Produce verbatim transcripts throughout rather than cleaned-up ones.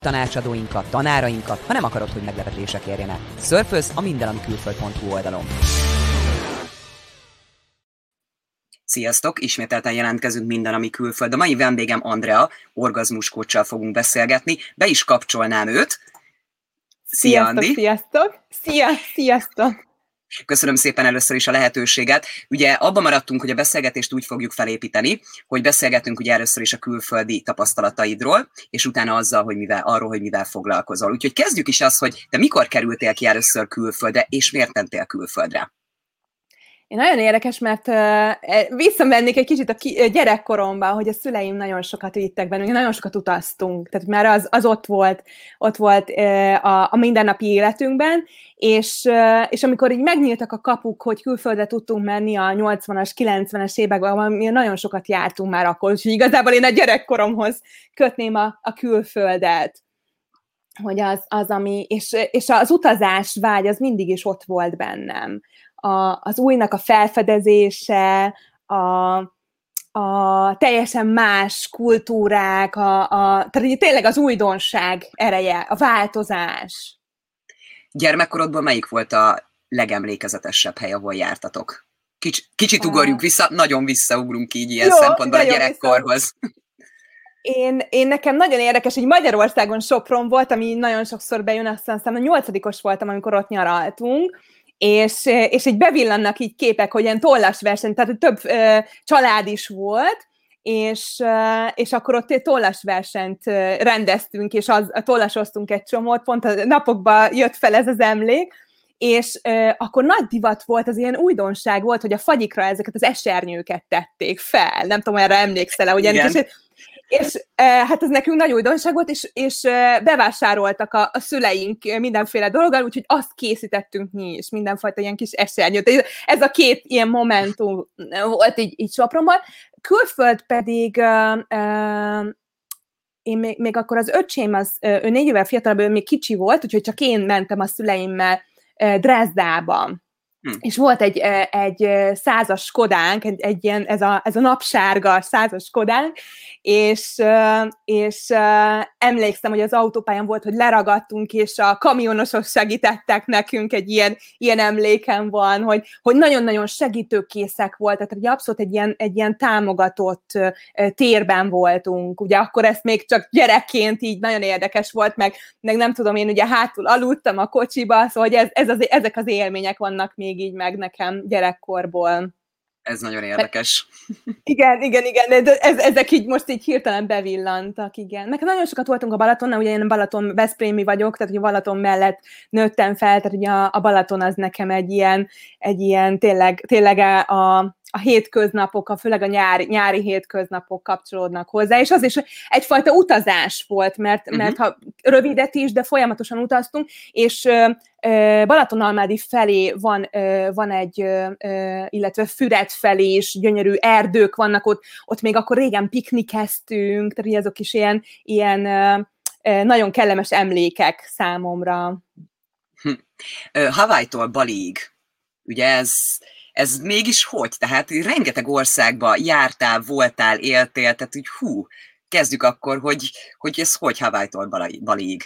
tanácsadóinkat, tanárainkat, ha nem akarod, hogy meglepetések érjenek. Szörfölsz a mindenamikülföld pont hu oldalon. Sziasztok! Ismételten jelentkezünk Minden, ami külföld. A mai vendégem Andrea, orgazmus coachsal fogunk beszélgetni. Be is kapcsolnám őt. Szia, Sziasztok, Andi! Sziasztok! Szia, sziasztok! Köszönöm szépen először is a lehetőséget. Ugye abban maradtunk, hogy a beszélgetést úgy fogjuk felépíteni, hogy beszélgetünk ugye először is a külföldi tapasztalataidról, és utána azzal, hogy mivel, arról, hogy mivel foglalkozol. Úgyhogy kezdjük is azt, hogy te mikor kerültél ki először külföldre, és miért mentél külföldre? Én nagyon érdekes, mert uh, visszamennék egy kicsit a ki, gyerekkoromba, hogy a szüleim nagyon sokat vittek bennünk, nagyon sokat utaztunk, tehát már az, az ott volt, ott volt uh, a, a mindennapi életünkben, és, uh, és amikor így megnyíltak a kapuk, hogy külföldre tudtunk menni a nyolcvanas, kilencvenes években, mi nagyon sokat jártunk már akkor, úgyhogy igazából én a gyerekkoromhoz kötném a, a külföldet. Hogy az, az ami, és, és az utazás vágy, az mindig is ott volt bennem. A, az újnak a felfedezése, a, a teljesen más kultúrák, a, a, tehát tényleg az újdonság ereje, a változás. Gyermekkorodban melyik volt a legemlékezetesebb hely, ahol jártatok? Kics, kicsit ugorjuk vissza, nagyon visszaugrunk így ilyen Jó, szempontból a gyerekkorhoz. Én, én nekem nagyon érdekes, hogy Magyarországon Sopron volt, ami nagyon sokszor bejön, aztán aztán a nyolcadikos voltam, amikor ott nyaraltunk, és, és így bevillannak így képek, hogy ilyen tollasverseny, tehát több ö, család is volt, és, ö, és akkor ott egy tollasversenyt rendeztünk, és az, tollasoztunk egy csomót, pont a napokban jött fel ez az emlék, és ö, akkor nagy divat volt, az ilyen újdonság volt, hogy a fagyikra ezeket az esernyőket tették fel, nem tudom, erre emlékszel-e, ugye? És, és e, hát ez nekünk nagy újdonság volt, és, és e, bevásároltak a, a szüleink mindenféle dologgal, úgyhogy azt készítettünk mi is, mindenfajta ilyen kis esernyőt. Ez, ez a két ilyen momentum volt így, így Sopronban. Külföld pedig, e, e, én még, még akkor az öcsém, az, ő négy évvel fiatalabb, ő még kicsi volt, úgyhogy csak én mentem a szüleimmel e, Dresdába. Hm. És volt egy, egy százas Skodánk, egy, egy ilyen, ez a, ez a napsárga százas Skodánk, és, és emlékszem, hogy az autópályán volt, hogy leragadtunk, és a kamionosok segítettek nekünk, egy ilyen, ilyen emlékem van, hogy, hogy nagyon-nagyon segítőkészek voltak, tehát abszolút egy ilyen, egy ilyen támogatott térben voltunk. Ugye akkor ezt még csak gyerekként így nagyon érdekes volt, meg, meg nem tudom, én ugye hátul aludtam a kocsiba, szóval hogy ez, ez az, ezek az élmények vannak még így meg nekem gyerekkorból. Ez nagyon érdekes. Igen, igen, igen, de ez, ezek így most így hirtelen bevillantak, igen. Nekem nagyon sokat voltunk a Balatonnál, ugye én Balaton veszprémi vagyok, tehát ugye a Balaton mellett nőttem fel, tehát ugye a, a Balaton az nekem egy ilyen, egy ilyen tényleg, tényleg a, a hétköznapok, a, főleg a nyári, nyári hétköznapok kapcsolódnak hozzá, és az is egyfajta utazás volt, mert, uh-huh. mert ha rövidet is, de folyamatosan utaztunk, és Balatonalmádi felé van, van egy, illetve Füred felé is gyönyörű erdők vannak ott, ott még akkor régen piknikeztünk, tehát azok is ilyen, ilyen nagyon kellemes emlékek számomra. Hm. Hawaii-tól Baliig, ugye ez, ez mégis hogy? Tehát rengeteg országba jártál, voltál, éltél, tehát úgy hú, kezdjük akkor, hogy, hogy ez hogy Hawaii-tól Baliig?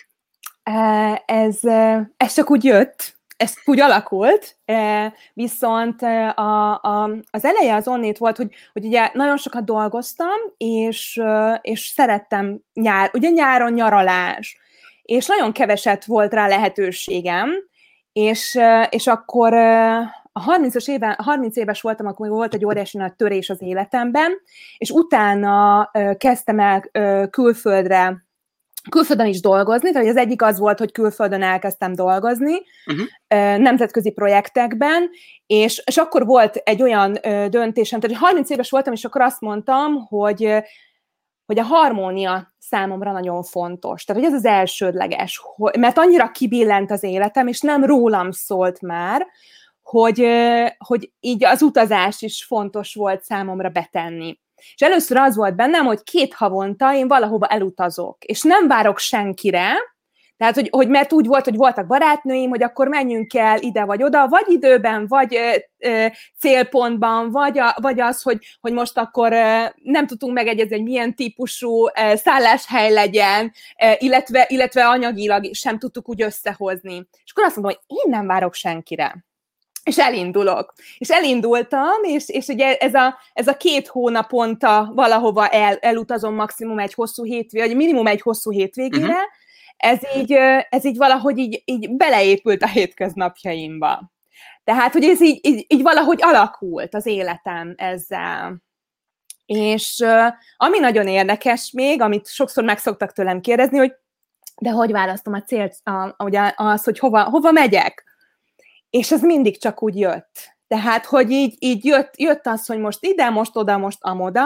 Ez, ez csak úgy jött, ez úgy alakult, viszont a, a, az eleje az onnét volt, hogy, hogy ugye nagyon sokat dolgoztam, és, és szerettem nyár, ugye nyáron nyaralás, és nagyon keveset volt rá lehetőségem, és, és akkor a harmincas éve, harminc éves voltam, akkor volt egy óriási nagy törés az életemben, és utána kezdtem el külföldre külföldön is dolgozni, tehát az egyik az volt, hogy külföldön elkezdtem dolgozni, uh-huh. nemzetközi projektekben, és, és akkor volt egy olyan döntésem, tehát harminc éves voltam, és akkor azt mondtam, hogy, hogy a harmónia számomra nagyon fontos. Tehát, hogy ez az elsődleges, mert annyira kibillent az életem, és nem rólam szólt már, hogy, hogy így az utazás is fontos volt számomra betenni. És először az volt bennem, hogy két havonta én valahova elutazok, és nem várok senkire, Tehát, hogy, hogy mert úgy volt, hogy voltak barátnőim, hogy akkor menjünk el ide vagy oda, vagy időben, vagy ö, ö, célpontban, vagy, a, vagy az, hogy, hogy most akkor ö, nem tudtunk megegyezni, hogy milyen típusú ö, szálláshely legyen, ö, illetve, illetve anyagilag sem tudtuk úgy összehozni. És akkor azt mondom, hogy én nem várok senkire. És elindulok. És elindultam, és, és ugye ez a, ez a két hónaponta valahova el, elutazom maximum egy hosszú hétvégére, vagy minimum egy hosszú hétvégére, uh-huh. ez, így, ez így valahogy így, így beleépült a hétköznapjaimba. Tehát, hogy ez így, így, így valahogy alakult az életem ezzel. És ami nagyon érdekes még, amit sokszor meg szoktak tőlem kérdezni, hogy de hogy választom a célt, a, ugye az, hogy hova, hova megyek? És ez mindig csak úgy jött. Tehát, hogy így, így jött, jött az, hogy most ide, most oda, most amoda,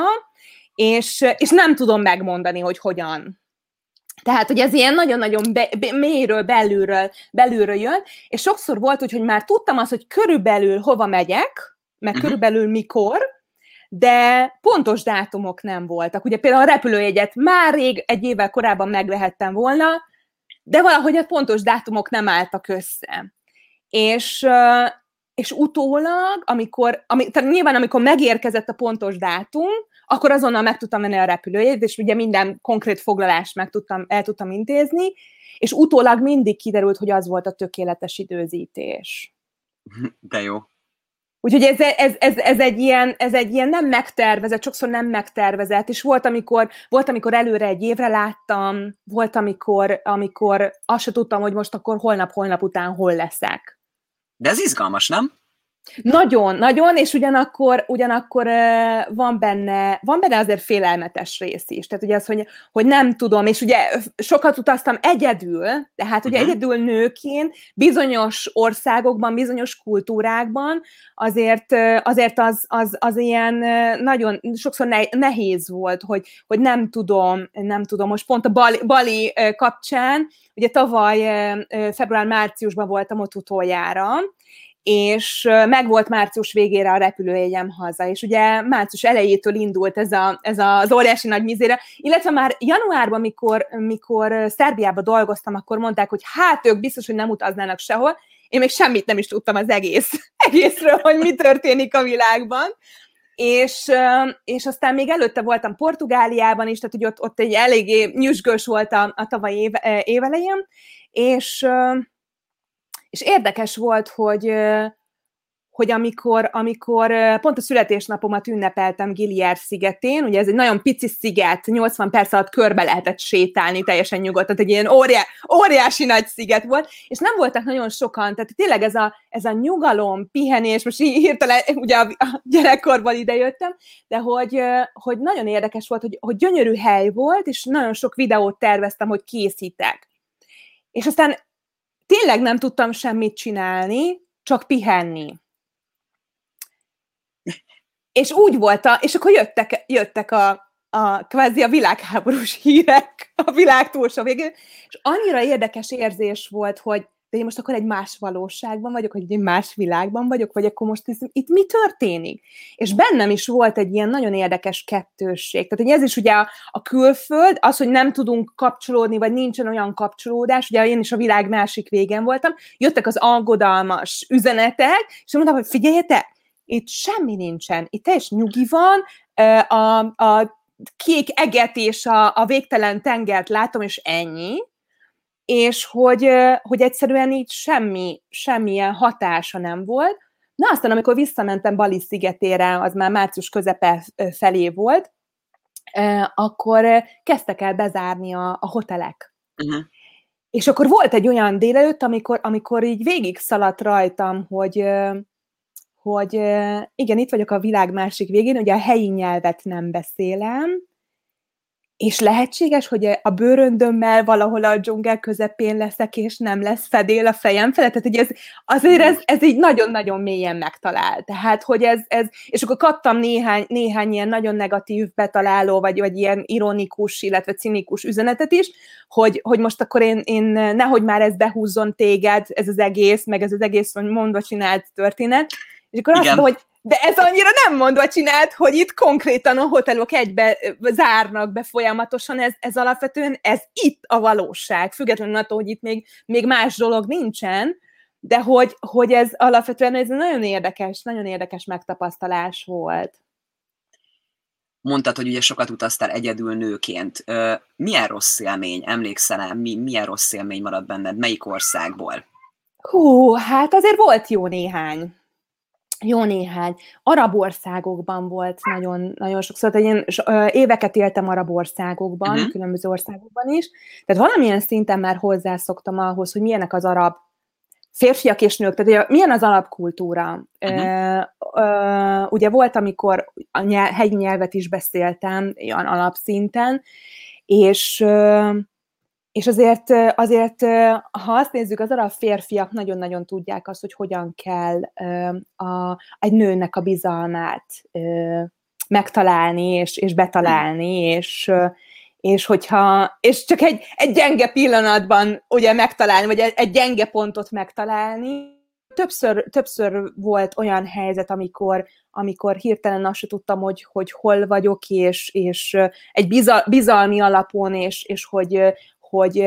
és, és nem tudom megmondani, hogy hogyan. Tehát, hogy ez ilyen nagyon-nagyon be, be, mélyről, belülről, belülről jön, és sokszor volt úgy, hogy már tudtam azt, hogy körülbelül hova megyek, meg uh-huh. körülbelül mikor, de pontos dátumok nem voltak. Ugye például a repülőjegyet már rég egy évvel korábban megvehettem volna, de valahogy a pontos dátumok nem álltak össze. És, és utólag, amikor, ami, tehát nyilván amikor megérkezett a pontos dátum, akkor azonnal meg tudtam venni a repülőjegyet, és ugye minden konkrét foglalást meg tudtam, el tudtam intézni, és utólag mindig kiderült, hogy az volt a tökéletes időzítés. De jó. Úgyhogy ez, ez, ez, ez, egy ilyen, ez egy ilyen nem megtervezett, sokszor nem megtervezett, és volt, amikor, volt, amikor előre egy évre láttam, volt, amikor, amikor azt se tudtam, hogy most akkor holnap-holnap után hol leszek. De ez izgalmas, nem? Nagyon, nagyon, és ugyanakkor, ugyanakkor van benne, van benne azért félelmetes rész is. Tehát ugye az, hogy, hogy nem tudom, és ugye sokat utaztam egyedül, tehát ugye uh-huh. egyedül nőként bizonyos országokban, bizonyos kultúrákban azért, azért az, az, az ilyen nagyon, sokszor nehéz volt, hogy, hogy nem tudom, nem tudom, most pont a Bali, Bali kapcsán, ugye tavaly február-márciusban voltam ott utoljára, és meg volt március végére a repülőjegyem haza, és ugye március elejétől indult ez, a, ez az óriási nagy mizére, illetve már januárban, mikor, mikor Szerbiában dolgoztam, akkor mondták, hogy hát ők biztos, hogy nem utaznának sehol, én még semmit nem is tudtam az egész, egészről, hogy mi történik a világban, és, és aztán még előtte voltam Portugáliában is, tehát hogy ott, ott egy eléggé nyüzsgős volt a, a tavalyi év, évelején, és... És érdekes volt, hogy, hogy amikor, amikor pont a születésnapomat ünnepeltem Giliár szigetén, ugye ez egy nagyon pici sziget, nyolcvan perc alatt körbe lehetett sétálni teljesen nyugodtan, egy ilyen óriá, óriási nagy sziget volt, és nem voltak nagyon sokan, tehát tényleg ez a, ez a nyugalom, pihenés, most hirtelen ugye a gyerekkorban idejöttem, de hogy, hogy nagyon érdekes volt, hogy, hogy gyönyörű hely volt, és nagyon sok videót terveztem, hogy készítek. És aztán tényleg nem tudtam semmit csinálni, csak pihenni. És úgy volt, a, és akkor jöttek, jöttek a, a kvázi a világháborús hírek a világ túlsó végén, és annyira érdekes érzés volt, hogy de én most akkor egy más valóságban vagyok, vagy egy más világban vagyok, vagy akkor most ez, itt mi történik? És bennem is volt egy ilyen nagyon érdekes kettősség. Tehát hogy ez is ugye a, a külföld, az, hogy nem tudunk kapcsolódni, vagy nincsen olyan kapcsolódás, ugye én is a világ másik végén voltam, jöttek az aggodalmas üzenetek, és mondtam, hogy figyeljetek, itt semmi nincsen, itt teljes nyugi van, a, a kék eget és a, a végtelen tengert látom, és ennyi, és hogy, hogy egyszerűen így semmi, semmilyen hatása nem volt. Na aztán, amikor visszamentem Bali szigetére, az már március közepe felé volt, akkor kezdtek el bezárni a, a hotelek. Uh-huh. És akkor volt egy olyan délelőtt, amikor, amikor így végig szaladt rajtam, hogy, hogy igen, itt vagyok a világ másik végén, ugye a helyi nyelvet nem beszélem, és lehetséges, hogy a bőröndömmel valahol a dzsungel közepén leszek, és nem lesz fedél a fejem felett. Tehát, hogy ez, azért ez, ez így nagyon-nagyon mélyen megtalál. Tehát, hogy ez, ez és akkor kaptam néhány, néhány ilyen nagyon negatív betaláló, vagy, vagy ilyen ironikus, illetve cinikus üzenetet is, hogy, hogy most akkor én, én nehogy már ez behúzzon téged, ez az egész, meg ez az egész mondva csinált történet. És akkor azt mondom, hogy De ez annyira nem mondva csinált, hogy itt konkrétan a hotelok egybe zárnak be folyamatosan, ez, ez alapvetően, ez itt a valóság, függetlenül attól, hogy itt még, még más dolog nincsen, de hogy, hogy ez alapvetően ez nagyon érdekes, nagyon érdekes megtapasztalás volt. Mondtad, hogy ugye sokat utaztál egyedül nőként. Milyen rossz élmény, emlékszel-e, mi, milyen rossz élmény maradt benned, melyik országból? Hú, hát azért volt jó néhány. Jó néhány. Arab országokban volt nagyon, nagyon sokszor. Tehát én éveket éltem arab országokban, uh-huh. különböző országokban is. Tehát valamilyen szinten már hozzászoktam ahhoz, hogy milyenek az arab férfiak és nők, tehát ugye, milyen az alapkultúra. Uh-huh. Uh, uh, ugye volt, amikor a nyelv, helyi nyelvet is beszéltem, olyan alapszinten, és, uh, és azért, azért, ha azt nézzük, az arab férfiak nagyon-nagyon tudják azt, hogy hogyan kell uh, a, egy nőnek a bizalmát uh, megtalálni, és, és betalálni, uh-huh. és uh, és hogyha, és csak egy, egy gyenge pillanatban ugye megtalálni, vagy egy, egy gyenge pontot megtalálni. Többször, többször volt olyan helyzet, amikor, amikor hirtelen azt sem tudtam, hogy, hogy hol vagyok, és, és egy bizal, bizalmi alapon, és, és hogy, hogy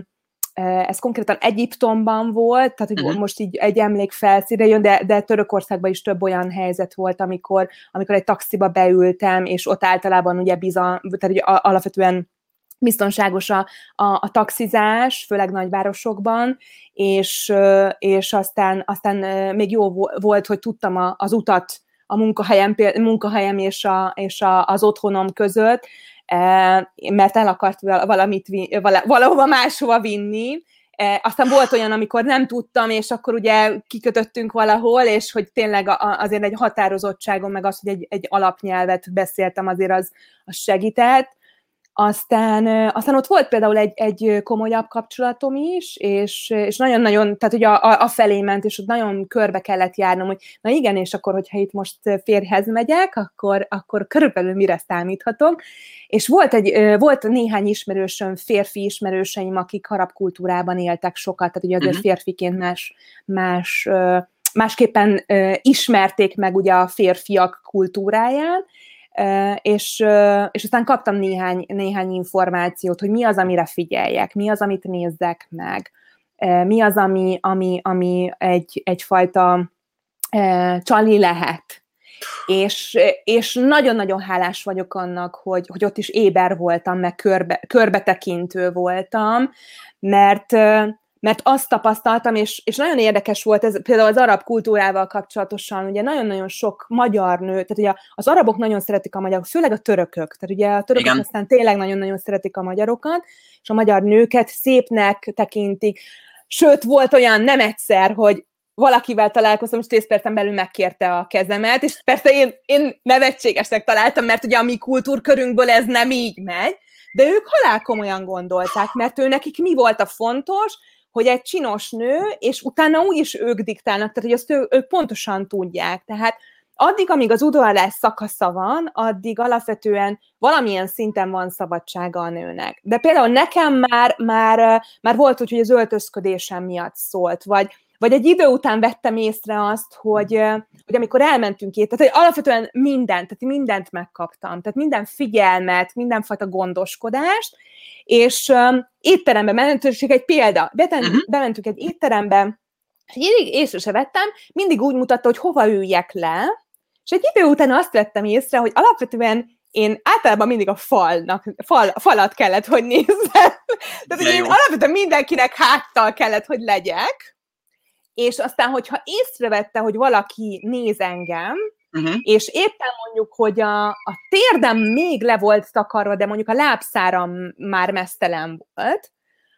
ez konkrétan Egyiptomban volt, tehát hogy uh-huh. most így egy emlék felszínre jön, de, de Törökországban is több olyan helyzet volt, amikor, amikor egy taxiba beültem, és ott általában ugye bizal, tehát ugye alapvetően biztonságos a, a, a taxizás, főleg nagyvárosokban, és, és aztán, aztán még jó volt, hogy tudtam a, az utat a munkahelyem, munkahelyem és, a, és a, az otthonom között, mert el akart valamit, valahova máshova vinni. Aztán volt olyan, amikor nem tudtam, és akkor ugye kikötöttünk valahol, és hogy tényleg azért egy határozottságon, meg az, hogy egy, egy alapnyelvet beszéltem, azért az, az segített. Aztán, aztán ott volt például egy, egy komolyabb kapcsolatom is, és, és nagyon-nagyon, tehát ugye a, a felé ment, és ott nagyon körbe kellett járnom, hogy na igen, és akkor, hogyha itt most férjhez megyek, akkor, akkor körülbelül mire számíthatok. És volt, egy, volt néhány ismerősöm, férfi ismerőseim, akik arab kultúrában éltek sokat, tehát ugye azért férfiként más, más, másképpen ismerték meg ugye a férfiak kultúráját, Uh, és, uh, és aztán kaptam néhány, néhány információt, hogy mi az, amire figyeljek, mi az, amit nézzek meg, uh, mi az, ami, ami, ami egy, egyfajta uh, csali lehet. És, és nagyon-nagyon hálás vagyok annak, hogy, hogy ott is éber voltam, meg körbe, körbetekintő voltam, mert uh, mert azt tapasztaltam, és, és nagyon érdekes volt ez például az arab kultúrával kapcsolatosan, ugye nagyon-nagyon sok magyar nő, tehát ugye az arabok nagyon szeretik a magyarok, főleg a törökök, tehát ugye a törökök Igen. aztán tényleg nagyon-nagyon szeretik a magyarokat, és a magyar nőket szépnek tekintik, sőt volt olyan nem egyszer, hogy valakivel találkoztam, és tíz percen belül megkérte a kezemet, és persze én, én nevetségesnek találtam, mert ugye a mi kultúrkörünkből ez nem így megy, de ők halálkomolyan gondolták, mert ő nekik mi volt a fontos, hogy egy csinos nő, és utána úgyis ők diktálnak, tehát hogy azt ő, ők pontosan tudják. Tehát addig, amíg az udvarlás szakasza van, addig alapvetően valamilyen szinten van szabadsága a nőnek. De például nekem már, már, már volt úgy, hogy az öltözködésem miatt szólt, vagy, vagy egy idő után vettem észre azt, hogy, hogy amikor elmentünk itt, tehát hogy alapvetően mindent, tehát mindent megkaptam, tehát minden figyelmet, mindenfajta gondoskodást, és um, étterembe mentünk, csak egy példa, Beten, uh-huh. bementünk egy étterembe, és így észre se vettem, mindig úgy mutatta, hogy hova üljek le, és egy idő után azt vettem észre, hogy alapvetően én általában mindig a falnak, fal, falat kellett, hogy nézzem. Tehát, hogy én alapvetően mindenkinek háttal kellett, hogy legyek, és aztán, hogyha észrevette, hogy valaki néz engem, uh-huh. és éppen mondjuk, hogy a, a térdem még le volt takarva, de mondjuk a lábszáram már meztelen volt,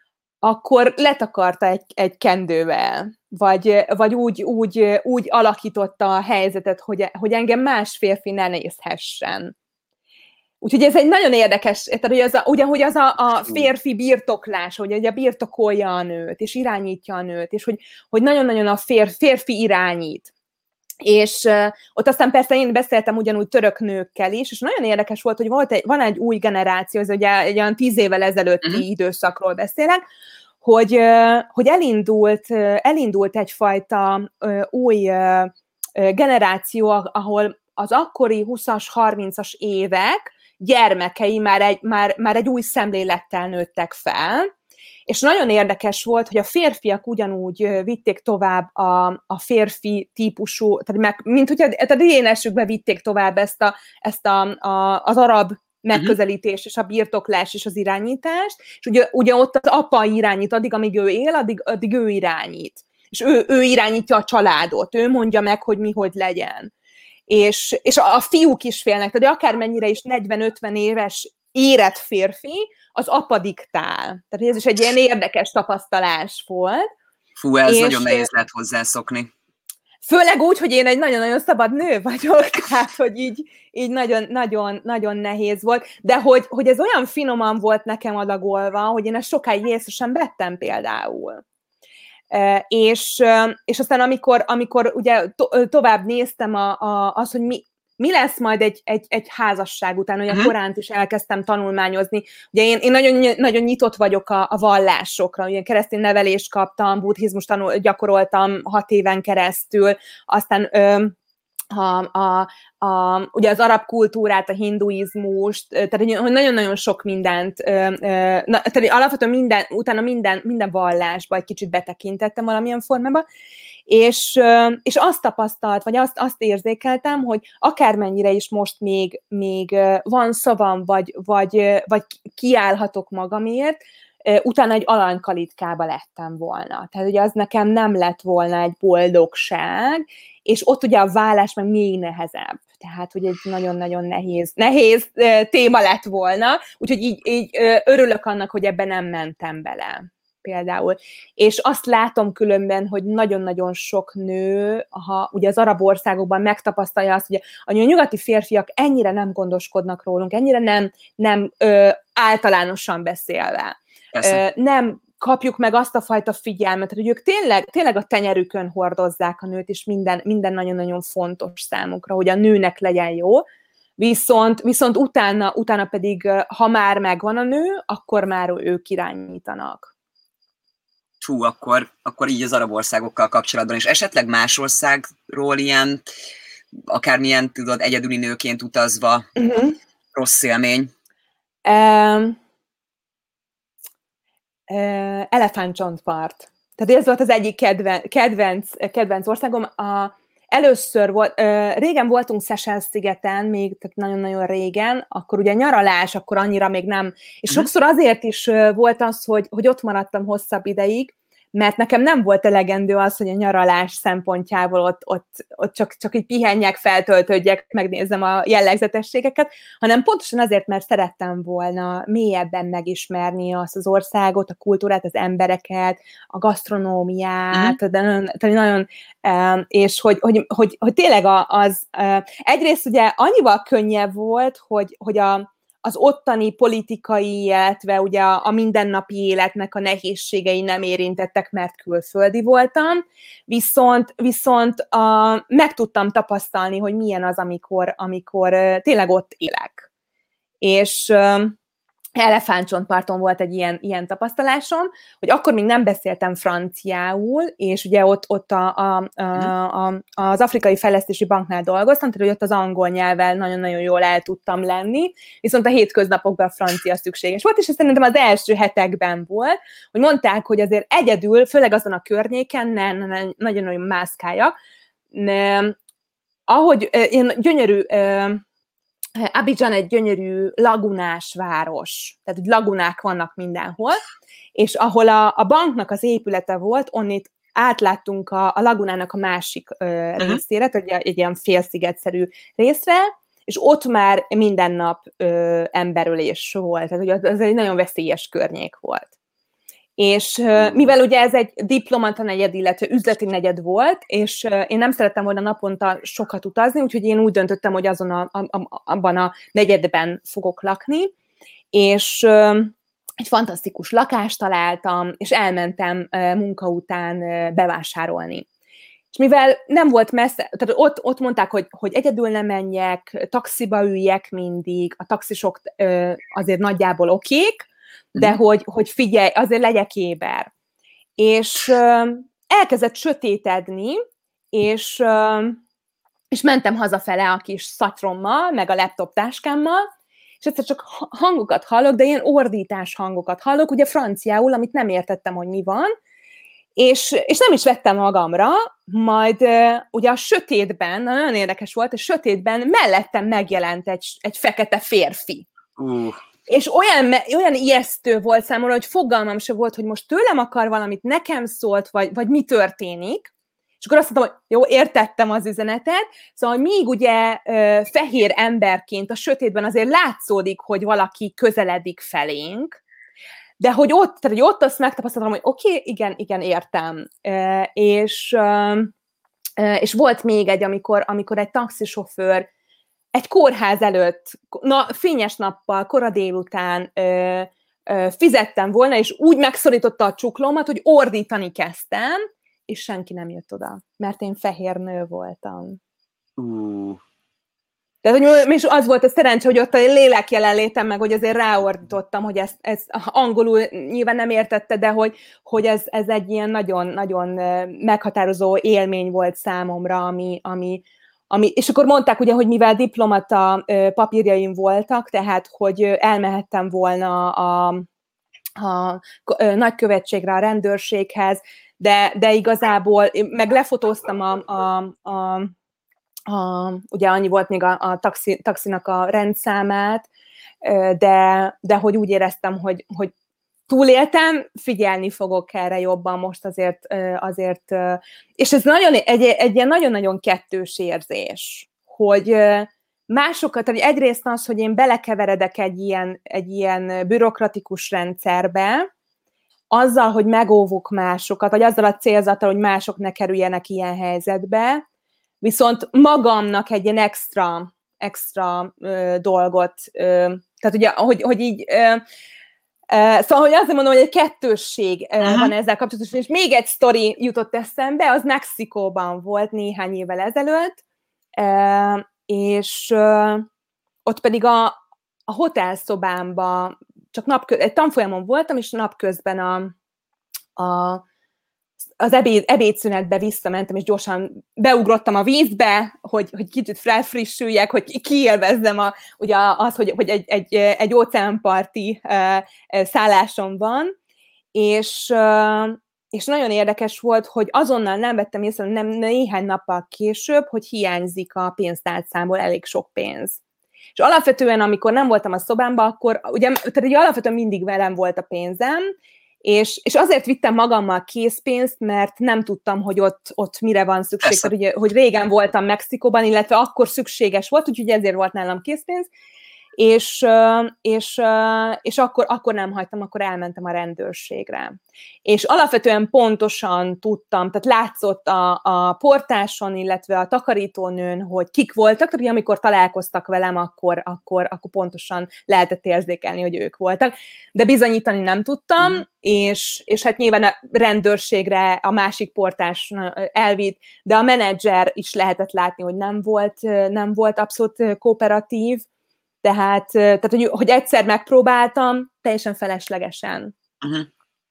akkor letakarta egy, egy kendővel, vagy, vagy úgy, úgy, úgy alakította a helyzetet, hogy, hogy engem más férfi ne nézhessen. Úgyhogy ez egy nagyon érdekes, tehát hogy az a, ugye, hogy az a, a férfi birtoklás, hogy ugye birtokolja a nőt, és irányítja a nőt, és hogy, hogy nagyon-nagyon a fér, férfi irányít. És uh, ott aztán persze én beszéltem ugyanúgy török nőkkel is, és nagyon érdekes volt, hogy volt egy, van egy új generáció, ez ugye egy olyan tíz évvel ezelőtti uh-huh. időszakról beszélek, hogy, uh, hogy elindult, uh, elindult egyfajta uh, új uh, generáció, ahol az akkori húszas, harmincas évek gyermekei már egy, már, már egy új szemlélettel nőttek fel, és nagyon érdekes volt, hogy a férfiak ugyanúgy vitték tovább a, a férfi típusú, tehát meg, mint hogyha a dé en es-ükbe vitték tovább ezt, a, ezt a, a, az arab megközelítés, és a birtoklás, és az irányítást, és ugye, ugye ott az apa irányít, addig, amíg ő él, addig, addig ő irányít. És ő, ő irányítja a családot, ő mondja meg, hogy mi hogy legyen. És, és a, a fiúk is félnek, tehát akármennyire is negyven-ötven éves érett férfi, az apa diktál. Tehát ez is egy ilyen érdekes tapasztalás volt. Fú, ez és nagyon nehéz lehet hozzászokni. Főleg úgy, hogy én egy nagyon-nagyon szabad nő vagyok, tehát, hogy így, így nagyon, nagyon, nagyon nehéz volt, de hogy, hogy ez olyan finoman volt nekem adagolva, hogy én ezt sokáig észre sem vettem például. Uh, és, uh, és aztán amikor, amikor ugye to- tovább néztem a, a, az, hogy mi, mi lesz majd egy, egy, egy házasság után, olyan uh-huh. Koránt is elkezdtem tanulmányozni. Ugye én, én nagyon, nagyon nyitott vagyok a, a vallásokra, ugye keresztény nevelést kaptam, buddhizmus tanul, gyakoroltam hat éven keresztül, aztán ö, a, a, a, ugye az arab kultúrát, a hinduizmust, tehát hogy nagyon-nagyon sok mindent, na, tehát alapvetően minden, utána minden, minden vallásba egy kicsit betekintettem valamilyen formában, és, és azt tapasztalt, vagy azt, azt érzékeltem, hogy akármennyire is most még, még van szavam, vagy, vagy, vagy kiállhatok magamért, utána egy alanykalitkába lettem volna. Tehát ugye az nekem nem lett volna egy boldogság, és ott ugye a vállás meg még nehezebb. Tehát, hogy egy nagyon-nagyon nehéz, nehéz téma lett volna, úgyhogy így, így örülök annak, hogy ebben nem mentem bele. Például. És azt látom különben, hogy nagyon-nagyon sok nő, ha ugye az arab országokban megtapasztalja azt, hogy a nyugati férfiak ennyire nem gondoskodnak rólunk, ennyire nem, nem ö, általánosan beszélve. Ö, nem kapjuk meg azt a fajta figyelmet, hogy ők tényleg, tényleg a tenyerükön hordozzák a nőt, és minden, minden nagyon-nagyon fontos számukra, hogy a nőnek legyen jó, viszont, viszont utána, utána pedig, ha már megvan a nő, akkor már ők irányítanak. Fú, akkor, akkor így az arab országokkal kapcsolatban, és esetleg más országról ilyen, akármilyen, tudod, egyedüli nőként utazva, uh-huh. rossz élmény? Um, uh, elefántcsontpart. Tehát ez volt az egyik kedven, kedvenc, kedvenc országom. A, először volt, uh, régen voltunk Seychelles-szigeten, még tehát nagyon-nagyon régen, akkor ugye nyaralás, akkor annyira még nem, és uh-huh. sokszor azért is uh, volt az, hogy, hogy ott maradtam hosszabb ideig, mert nekem nem volt elegendő az, hogy a nyaralás szempontjából ott, ott, ott csak, csak így pihenjek, feltöltődjek, megnézem a jellegzetességeket, hanem pontosan azért, mert szerettem volna mélyebben megismerni azt az országot, a kultúrát, az embereket, a gasztronómiát, uh-huh. de nagyon, nagyon, és hogy, hogy, hogy, hogy tényleg az, egyrészt ugye annyival könnyebb volt, hogy, hogy a az ottani politikai, illetve ugye a, a mindennapi életnek a nehézségei nem érintettek, mert külföldi voltam, viszont, viszont a, meg tudtam tapasztalni, hogy milyen az, amikor, amikor tényleg ott élek. És Elefántcsontparton volt egy ilyen, ilyen tapasztalásom, hogy akkor még nem beszéltem franciául, és ugye ott, ott a, a, a, a, az Afrikai Fejlesztési Banknál dolgoztam, tehát hogy ott az angol nyelvvel nagyon-nagyon jól el tudtam lenni, viszont a hétköznapokban a francia szükséges volt, és ez szerintem az első hetekben volt, hogy mondták, hogy azért egyedül, főleg azon a környéken, ne, ne, ne, nagyon-nagyon mászkáljak, ne, ahogy ilyen gyönyörű Abidjan egy gyönyörű lagunás város, tehát hogy lagunák vannak mindenhol, és ahol a, a banknak az épülete volt, onnét átláttunk a, a lagunának a másik ö, uh-huh. részére, tehát egy, egy ilyen félszigetszerű részre, és ott már minden nap ö, emberölés volt, tehát hogy az, az egy nagyon veszélyes környék volt. És mivel ugye ez egy diplomata negyed, illetve üzleti negyed volt, és én nem szerettem volna naponta sokat utazni, úgyhogy én úgy döntöttem, hogy azon a, a, abban a negyedben fogok lakni, és egy fantasztikus lakást találtam, és elmentem munka után bevásárolni. És mivel nem volt messze, tehát ott, ott mondták, hogy, hogy egyedül nem menjek, taxiba üljek mindig, a taxisok azért nagyjából okék, de mm. hogy, hogy figyelj, azért legyek éber. És uh, elkezdett sötétedni, és, uh, és mentem hazafele a kis szatyrommal, meg a laptop táskámmal, és egyszer csak hangokat hallok, de ilyen ordítás hangokat hallok, ugye franciául, amit nem értettem, hogy mi van, és, és nem is vettem magamra, majd uh, ugye a sötétben, nagyon érdekes volt, a sötétben mellettem megjelent egy, egy fekete férfi. Uh. És olyan, olyan ijesztő volt számomra, hogy fogalmam se volt, hogy most tőlem akar valamit, nekem szólt, vagy, vagy mi történik. És akkor azt mondtam, hogy jó, értettem az üzenetet, szóval míg ugye uh, fehér emberként a sötétben azért látszódik, hogy valaki közeledik felénk, de hogy ott, tehát, hogy ott azt megtapasztaltam, hogy oké, okay, igen, igen, értem. Uh, és, uh, uh, és volt még egy, amikor, amikor egy taxisofőr egy kórház előtt, na, fényes nappal, kora délután uh, uh, fizettem volna, és úgy megszorította a csuklómat, hogy ordítani kezdtem, és senki nem jött oda, mert én fehér nő voltam. Uh. Tehát, hogy és az volt a szerencse, hogy ott a lélek jelenlétem meg, hogy azért ráordítottam, hogy ezt, ezt angolul nyilván nem értette, de hogy, hogy ez, ez egy ilyen nagyon-nagyon meghatározó élmény volt számomra, ami, ami, ami, és akkor mondták ugye, hogy mivel diplomata papírjaim voltak, tehát, hogy elmehettem volna a, a, a nagykövetségre, a rendőrséghez, de, de igazából meg lefotóztam a, a, a A, ugye annyi volt még a, a taxi, taxinak a rendszámát, de, de hogy úgy éreztem, hogy, hogy túléltem, figyelni fogok erre jobban most azért, azért és ez nagyon, egy, egy ilyen nagyon-nagyon kettős érzés, hogy másokat, egyrészt az, hogy én belekeveredek egy ilyen, egy ilyen bürokratikus rendszerbe, azzal, hogy megóvok másokat, vagy azzal a célzattal, hogy mások ne kerüljenek ilyen helyzetbe, viszont magamnak egy ilyen extra, extra ö, dolgot, ö, tehát ugye, hogy, hogy így, ö, ö, szóval, hogy azt mondom, hogy egy kettősség ö, van ezzel kapcsolatosan, és még egy sztori jutott eszembe, az Mexikóban volt néhány évvel ezelőtt, ö, és ö, ott pedig a, a hotelszobámba, csak napkö, egy tanfolyamon voltam, és napközben a, a az ebéd, ebédszünetbe visszamentem, és gyorsan beugrottam a vízbe, hogy, hogy kicsit felfrissüljek, hogy kiélvezzem a, ugye az, hogy, hogy egy, egy, egy óceánparti uh, szállásom van, és, uh, és nagyon érdekes volt, hogy azonnal nem vettem észre, nem néhány nappal később, hogy hiányzik a pénztárcámból elég sok pénz. És alapvetően, amikor nem voltam a szobámban, akkor ugye, tehát ugye alapvetően mindig velem volt a pénzem, És, és azért vittem magammal készpénzt, mert nem tudtam, hogy ott, ott mire van szükség. Tehát, ugye, hogy régen voltam Mexikóban, illetve akkor szükséges volt, úgyhogy ezért volt nálam készpénz, és, és, és akkor, akkor nem hagytam, akkor elmentem a rendőrségre. És alapvetően pontosan tudtam, tehát látszott a, a portáson, illetve a takarítónőn, hogy kik voltak, tehát amikor találkoztak velem, akkor, akkor, akkor pontosan lehetett érzékelni, hogy ők voltak, de bizonyítani nem tudtam, mm. és, és hát nyilván a rendőrségre a másik portás elvitt, de a menedzser is lehetett látni, hogy nem volt, nem volt abszolút kooperatív, Tehát, tehát hogy, hogy egyszer megpróbáltam, teljesen feleslegesen. Uh-huh.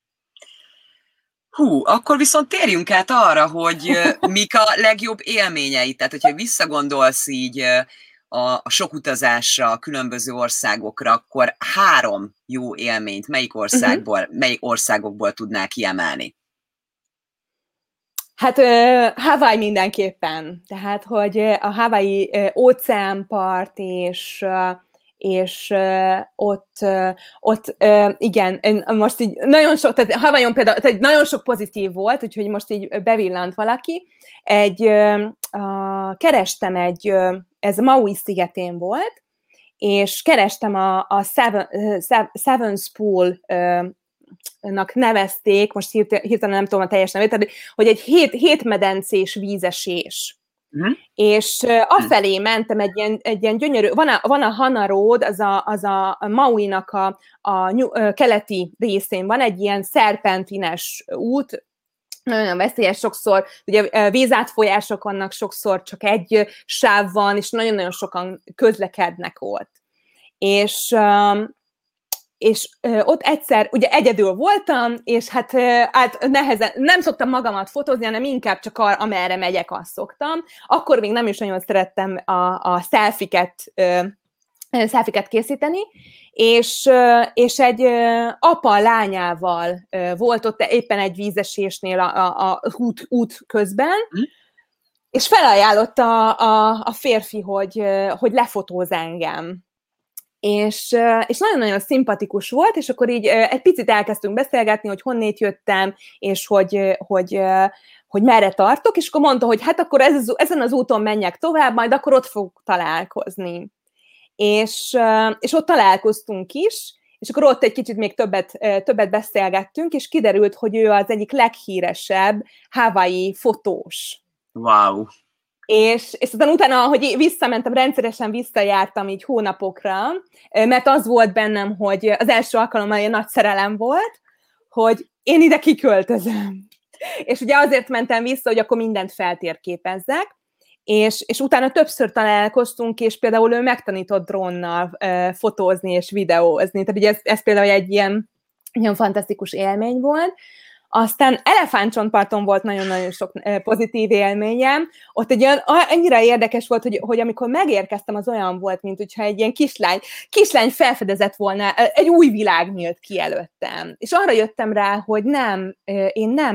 Hú, akkor viszont térjünk át arra, hogy mik a legjobb élményeid. Tehát, hogyha visszagondolsz így a, a sok utazásra, a különböző országokra, akkor három jó élményt melyik országból, uh-huh. melyik országokból tudnál kiemelni? Hát uh, Hawaii mindenképpen, tehát, hogy a Hawaii uh, óceánpart, és, uh, és uh, ott, uh, ott uh, igen, most így nagyon sok, tehát Hawaiion például, tehát nagyon sok pozitív volt, úgyhogy most így bevillant valaki. Egy, uh, uh, kerestem egy, uh, ez Maui szigetén volt, és kerestem a, a Seven, uh, Seven Spool uh, nak nevezték, most hirtelen nem tudom a teljes nevét, tehát, hogy egy hét, hétmedencés vízesés. Uh-huh. És uh, afelé mentem egy ilyen, egy ilyen gyönyörű, van a, van a Hana Road, az a, az a Maui-nak a, a nyug, uh, keleti részén van, egy ilyen szerpentines út, nagyon veszélyes sokszor, ugye vízátfolyások vannak, sokszor csak egy sáv van, és nagyon-nagyon sokan közlekednek ott. És um, és ö, ott egyszer, ugye egyedül voltam, és hát, ö, hát nehezen, nem szoktam magamat fotózni, hanem inkább csak ar, amerre megyek, azt szoktam. Akkor még nem is nagyon szerettem a, a selfiket, ö, selfiket készíteni, és, ö, és egy ö, apa lányával ö, volt ott éppen egy vízesésnél a, a, a út, út közben, mm. és felajánlotta a, a, a férfi, hogy, ö, hogy lefotóz engem. És, és nagyon-nagyon szimpatikus volt, és akkor így egy picit elkezdtünk beszélgetni, hogy honnét jöttem, és hogy, hogy, hogy merre tartok, és akkor mondta, hogy hát akkor ez, ezen az úton menjek tovább, majd akkor ott fogok találkozni. És, és ott találkoztunk is, és akkor ott egy kicsit még többet, többet beszélgettünk, és kiderült, hogy ő az egyik leghíresebb Hawaii fotós. Wow! És, és aztán utána, hogy visszamentem, rendszeresen visszajártam így hónapokra, mert az volt bennem, hogy az első alkalommal ilyen nagy szerelem volt, hogy én ide kiköltözöm. És ugye azért mentem vissza, hogy akkor mindent feltérképezzek, és, és utána többször találkoztunk, és például ő megtanított drónnal uh, fotózni és videózni. Tehát ugye ez, ez például egy ilyen, ilyen fantasztikus élmény volt. Aztán Elefántcsontparton volt nagyon-nagyon sok pozitív élményem. Ott egy olyan, annyira érdekes volt, hogy, hogy amikor megérkeztem, az olyan volt, mint hogyha egy ilyen kislány, kislány felfedezett volna, egy új világ nyílt ki előttem. És arra jöttem rá, hogy nem, én nem,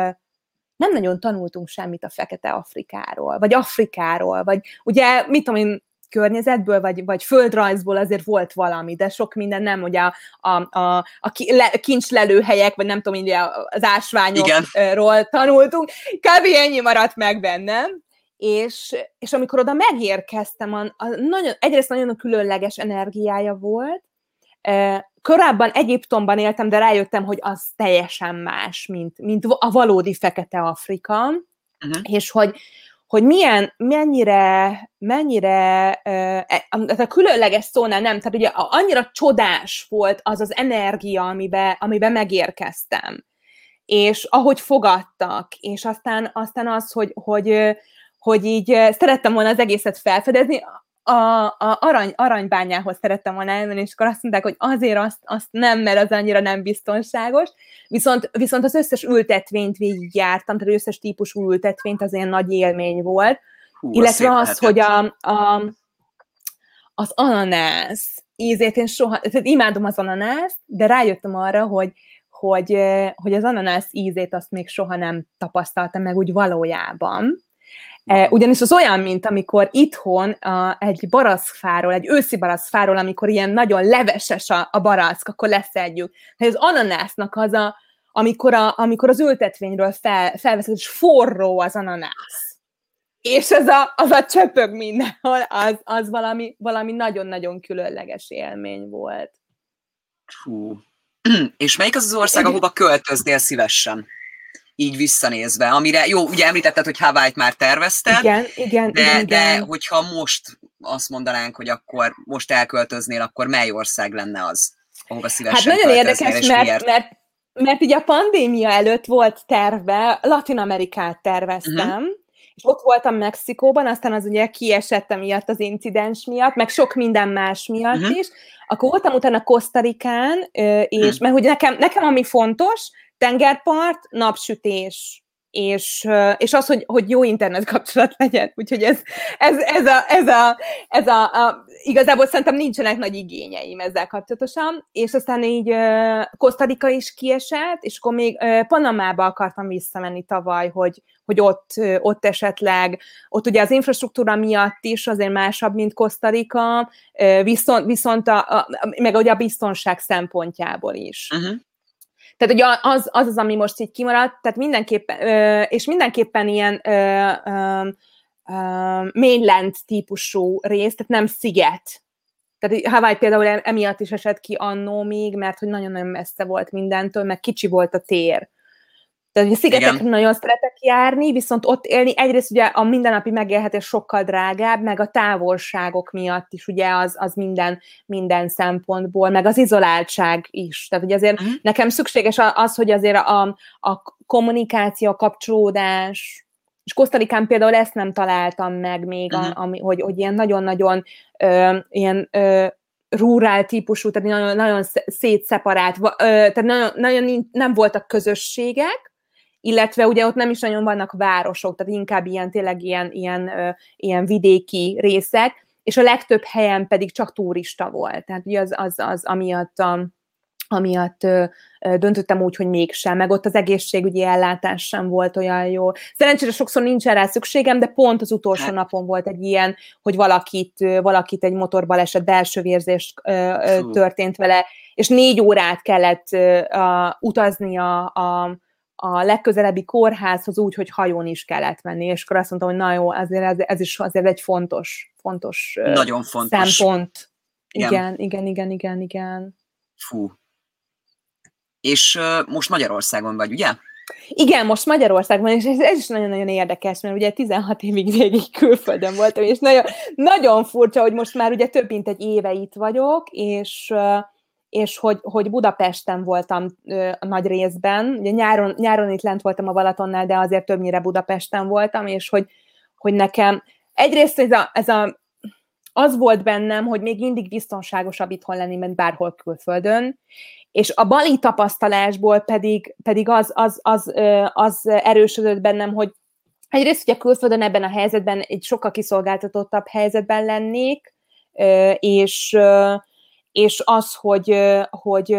nem nagyon tanultunk semmit a Fekete Afrikáról, vagy Afrikáról, vagy ugye, mit tudom én, környezetből, vagy, vagy földrajzból azért volt valami, de sok minden nem, ugye a, a, a, a kincslelőhelyek, vagy nem tudom, ugye az ásványokról igen. tanultunk, kb. Ennyi maradt meg bennem, és, és amikor oda megérkeztem, a, a nagyon, egyrészt nagyon különleges energiája volt, korábban Egyiptomban éltem, de rájöttem, hogy az teljesen más, mint, mint a valódi Fekete Afrika, uh-huh. és hogy hogy milyen, mennyire, mennyire, uh, a különleges szónál nem, tehát ugye annyira csodás volt az az energia, amiben, amiben megérkeztem, és ahogy fogadtak, és aztán, aztán az, hogy, hogy, hogy így szerettem volna az egészet felfedezni, a, a arany, aranybányához szerettem volna elmenni, és akkor azt mondták, hogy azért azt, azt nem, mert az annyira nem biztonságos, viszont, viszont az összes ültetvényt végigjártam, tehát az összes típusú ültetvényt az ilyen nagy élmény volt, hú, illetve az, lehetett. Hogy a, a, az ananász ízét én soha, tehát imádom az ananászt, de rájöttem arra, hogy, hogy, hogy az ananász ízét azt még soha nem tapasztaltam meg úgy valójában. Ugyanis az olyan, mint amikor itthon a, egy barackfáról, egy őszi barackfáról, amikor ilyen nagyon leveses a, a barack, akkor leszedjük. Az ananásznak az a, amikor, a, amikor az ültetvényről fel, felveszed, és forró az ananász. És az a, az a csöpög mindenhol, az, az valami, valami nagyon-nagyon különleges élmény volt. Hú. És melyik az az ország, ahova költöznél szívesen? Így visszanézve, amire, jó, ugye említetted, hogy Hawaii-t már tervezted, igen, igen, de, igen, de igen. hogyha most azt mondanánk, hogy akkor most elköltöznél, akkor mely ország lenne az, ahova szívesen hát nagyon költöznél, érdekes, és mert, mert, mert így a pandémia előtt volt terve, Latin-Amerikát terveztem, uh-huh. és ott voltam Mexikóban, aztán az ugye kiesett emiatt az incidens miatt, meg sok minden más miatt uh-huh. is, akkor voltam utána Kosztarikán, és uh-huh. mert hogy nekem, nekem ami fontos, tengerpart, napsütés, és, és az, hogy, hogy jó internet kapcsolat legyen. Úgyhogy ez, ez, ez, a, ez, a, ez a, a, igazából szerintem nincsenek nagy igényeim ezzel kapcsolatosan, és aztán így Kosztarika is kiesett, és akkor még Panamába akartam visszamenni tavaly, hogy, hogy ott, ott esetleg, ott ugye az infrastruktúra miatt is azért másabb, mint Kosztarika, viszont, viszont a, a, meg ugye a biztonság szempontjából is. Uh-huh. Tehát ugye az, az az, ami most így kimaradt, tehát mindenképpen, és mindenképpen ilyen mainland típusú rész, tehát nem sziget. Tehát Hawaii például emiatt is esett ki annó még, mert hogy nagyon-nagyon messze volt mindentől, meg kicsi volt a tér. Tehát a szigetekre nagyon szeretek járni, viszont ott élni egyrészt ugye a mindennapi megélhetés sokkal drágább, meg a távolságok miatt is ugye az, az minden, minden szempontból, meg az izoláltság is. Tehát ugye azért uh-huh. nekem szükséges az, hogy azért a, a kommunikáció, a kapcsolódás, és Kosztarikán például ezt nem találtam meg még, uh-huh. a, ami, hogy, hogy ilyen nagyon-nagyon ö, ilyen ö, rurál típusú, tehát nagyon, nagyon szétszeparált, tehát nagyon, nagyon nem voltak közösségek, illetve ugye ott nem is nagyon vannak városok, tehát inkább ilyen, tényleg ilyen, ilyen, ilyen vidéki részek, és a legtöbb helyen pedig csak turista volt. Tehát ugye az, az, az amiatt, a, amiatt döntöttem úgy, hogy mégsem, meg ott az egészségügyi ellátás sem volt olyan jó. Szerencsére sokszor nincsen rá szükségem, de pont az utolsó hát. napon volt egy ilyen, hogy valakit, valakit egy motorbaleset, belső vérzés történt vele, és négy órát kellett uh, utazni a, a a legközelebbi kórházhoz úgy, hogy hajón is kellett menni, és akkor azt mondtam, hogy na jó, azért ez, ez is azért egy fontos, fontos, nagyon fontos szempont. Igen. igen, igen, igen, igen, igen. Fú. És uh, most Magyarországon vagy, ugye? Igen, most Magyarországban, és ez, ez is nagyon-nagyon érdekes, mert ugye tizenhat évig végig külföldön voltam, és nagyon, nagyon furcsa, hogy most már ugye több mint egy éve itt vagyok, és uh, és hogy, hogy Budapesten voltam ö, a nagy részben, ugye nyáron, nyáron itt lent voltam a Balatonnál, de azért többnyire Budapesten voltam, és hogy, hogy nekem egyrészt ez a, ez a, az volt bennem, hogy még mindig biztonságosabb itthon lenni, mint bárhol külföldön, és a bali tapasztalásból pedig, pedig az, az, az, az, az erősödött bennem, hogy egyrészt ugye külföldön ebben a helyzetben egy sokkal kiszolgáltatottabb helyzetben lennék, és és az, hogy, hogy,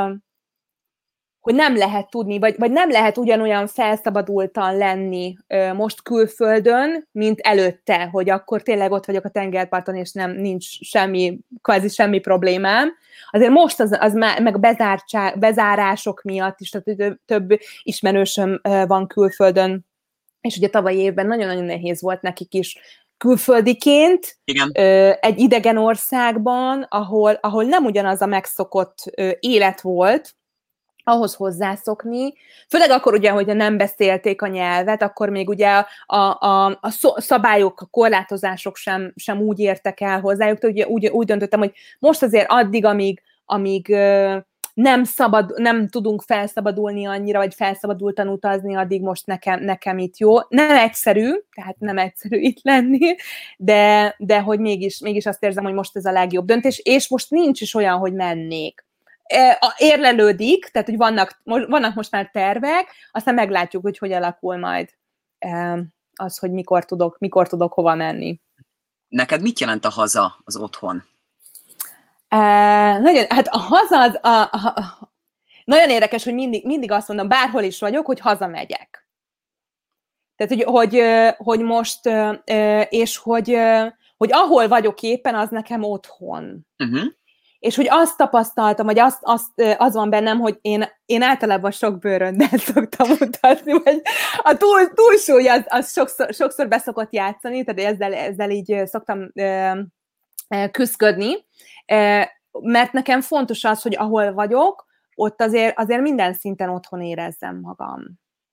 hogy nem lehet tudni, vagy, vagy nem lehet ugyanolyan felszabadultan lenni most külföldön, mint előtte, hogy akkor tényleg ott vagyok a tengerparton, és nem nincs semmi, kvázi semmi problémám. Azért most az, az már, meg a bezárások miatt is, tehát több ismerősöm van külföldön, és ugye tavalyi évben nagyon-nagyon nehéz volt nekik is külföldiként, igen. Egy idegen országban, ahol, ahol nem ugyanaz a megszokott élet volt, ahhoz hozzászokni, főleg akkor ugye, hogy nem beszélték a nyelvet, akkor még ugye a, a, a szabályok, a korlátozások sem, sem úgy értek el hozzájuk, ugye úgy, úgy döntöttem, hogy most azért addig, amíg, amíg nem, szabad, nem tudunk felszabadulni annyira, vagy felszabadultan utazni, addig most nekem, nekem itt jó. Nem egyszerű, tehát nem egyszerű itt lenni, de, de hogy mégis, mégis azt érzem, hogy most ez a legjobb döntés, és most nincs is olyan, hogy mennék. Érlelődik, tehát hogy vannak, vannak most már tervek, aztán meglátjuk, hogy hogy alakul majd az, hogy mikor tudok, mikor tudok hova menni. Neked mit jelent a haza, az otthon? Uh, nagyon, hát a haza az, a, a, a, nagyon érdekes, hogy mindig, mindig azt mondom, bárhol is vagyok, hogy hazamegyek. Tehát, hogy, hogy, hogy most, és hogy, hogy ahol vagyok éppen, az nekem otthon. Uh-huh. És hogy azt tapasztaltam, vagy azt, azt, az van bennem, hogy én, én általában sok bőröndel szoktam utazni, vagy a túl, túlsúly az, az sokszor, sokszor beszokott játszani, tehát ezzel, ezzel így szoktam küszködni, mert nekem fontos az, hogy ahol vagyok, ott azért, azért minden szinten otthon érezzem magam.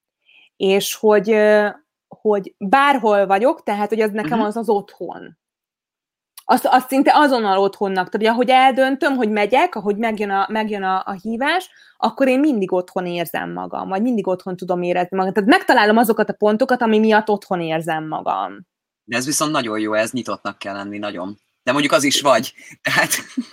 És hogy, hogy bárhol vagyok, tehát hogy az nekem az az otthon. Azt, azt szinte azonnal otthonnak, tehát ahogy eldöntöm, hogy megyek, ahogy megjön a, megjön a, a hívás, akkor én mindig otthon érzem magam, vagy mindig otthon tudom érezni magam. Tehát megtalálom azokat a pontokat, ami miatt otthon érzem magam. De ez viszont nagyon jó, ez nyitottnak kell lenni, nagyon. De mondjuk az is vagy, tehát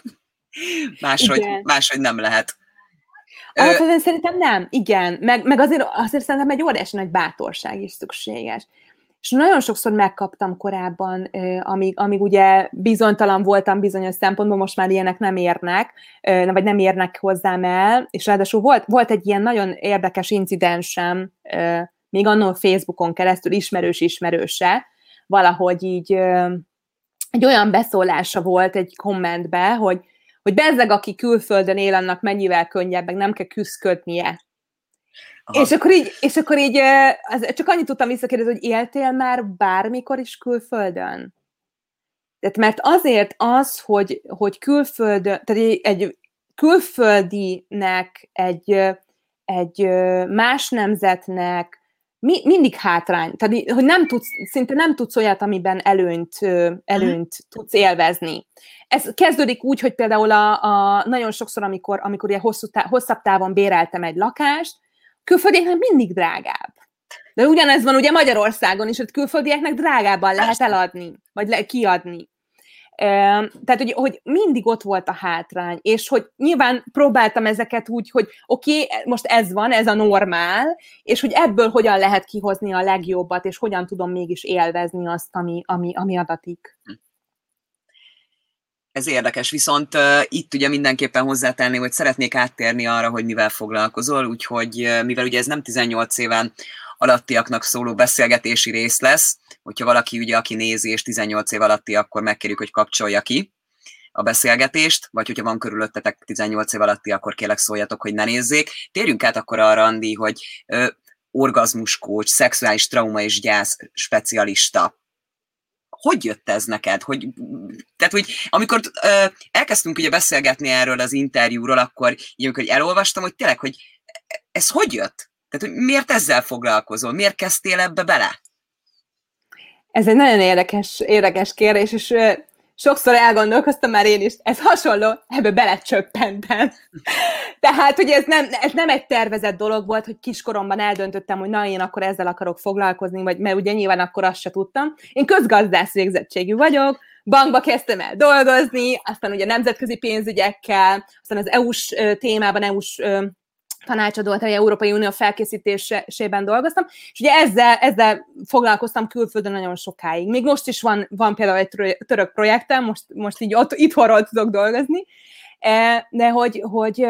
máshogy, máshogy nem lehet. Alapvetően Ö... szerintem nem, igen, meg, meg azért, azért szerintem egy óriási nagy bátorság is szükséges. És nagyon sokszor megkaptam korábban, amíg, amíg ugye bizonytalan voltam bizonyos szempontból, most már ilyenek nem érnek, vagy nem érnek hozzám el, és ráadásul volt, volt egy ilyen nagyon érdekes incidensem, még annól Facebookon keresztül ismerős-ismerőse, valahogy így egy olyan beszólása volt egy kommentbe, hogy, hogy bezzeg, aki külföldön él, annak mennyivel könnyebb, meg nem kell küszködnie. És akkor, így, és akkor így, csak annyit tudtam visszakérdezni, hogy éltél már bármikor is külföldön? Tehát mert azért az, hogy, hogy külföldön, tehát egy külföldinek, egy, egy más nemzetnek mi, mindig hátrány. Tehát, hogy nem tudsz, szinte nem tudsz olyat, amiben előnyt, előnyt tudsz élvezni. Ez kezdődik úgy, hogy például a, a, nagyon sokszor, amikor, amikor ilyen hosszú tá, hosszabb távon béreltem egy lakást, külföldieknek mindig drágább. De ugyanez van ugye Magyarországon is, hogy külföldieknek drágábban lehet eladni, vagy le, kiadni. Tehát, hogy, hogy mindig ott volt a hátrány, és hogy nyilván próbáltam ezeket úgy, hogy oké, okay, most ez van, ez a normál, és hogy ebből hogyan lehet kihozni a legjobbat, és hogyan tudom mégis élvezni azt, ami, ami, ami adatik. Ez érdekes, viszont uh, itt ugye mindenképpen hozzátenni, hogy szeretnék áttérni arra, hogy mivel foglalkozol, úgyhogy uh, mivel ugye ez nem tizennyolc éven alattiaknak szóló beszélgetési rész lesz, hogyha valaki ugye, aki nézi és tizennyolc év alatti, akkor megkérjük, hogy kapcsolja ki a beszélgetést, vagy hogyha van körülöttetek tizennyolc év alatti, akkor kérlek szóljatok, hogy ne nézzék. Térjünk át akkor arra, Andi, hogy uh, orgazmus coach, szexuális trauma és gyász specialista. Hogy jött ez neked? Hogy, tehát, hogy amikor uh, elkezdtünk ugye beszélgetni erről az interjúról, akkor így, amikor elolvastam, hogy tényleg, hogy ez hogy jött? Tehát, hogy miért ezzel foglalkozol? Miért kezdtél ebbe bele? Ez egy nagyon érdekes, érdekes kérdés, és uh, sokszor elgondolkoztam már én is, ez hasonló, ebbe belecsöppentem. Tehát, hogy ez nem, ez nem egy tervezett dolog volt, hogy kiskoromban eldöntöttem, hogy na, én akkor ezzel akarok foglalkozni, vagy, mert ugye nyilván akkor azt se tudtam. Én közgazdász végzettségű vagyok, bankba kezdtem el dolgozni, aztán ugye nemzetközi pénzügyekkel, aztán az é u-s témában, é u-s tanácsadó, vagy Európai Unió felkészítésében dolgoztam, és ugye ezzel, ezzel foglalkoztam külföldön nagyon sokáig. Még most is van, van például egy török projektem, most, most így ott, itthonról tudok dolgozni, de hogy, hogy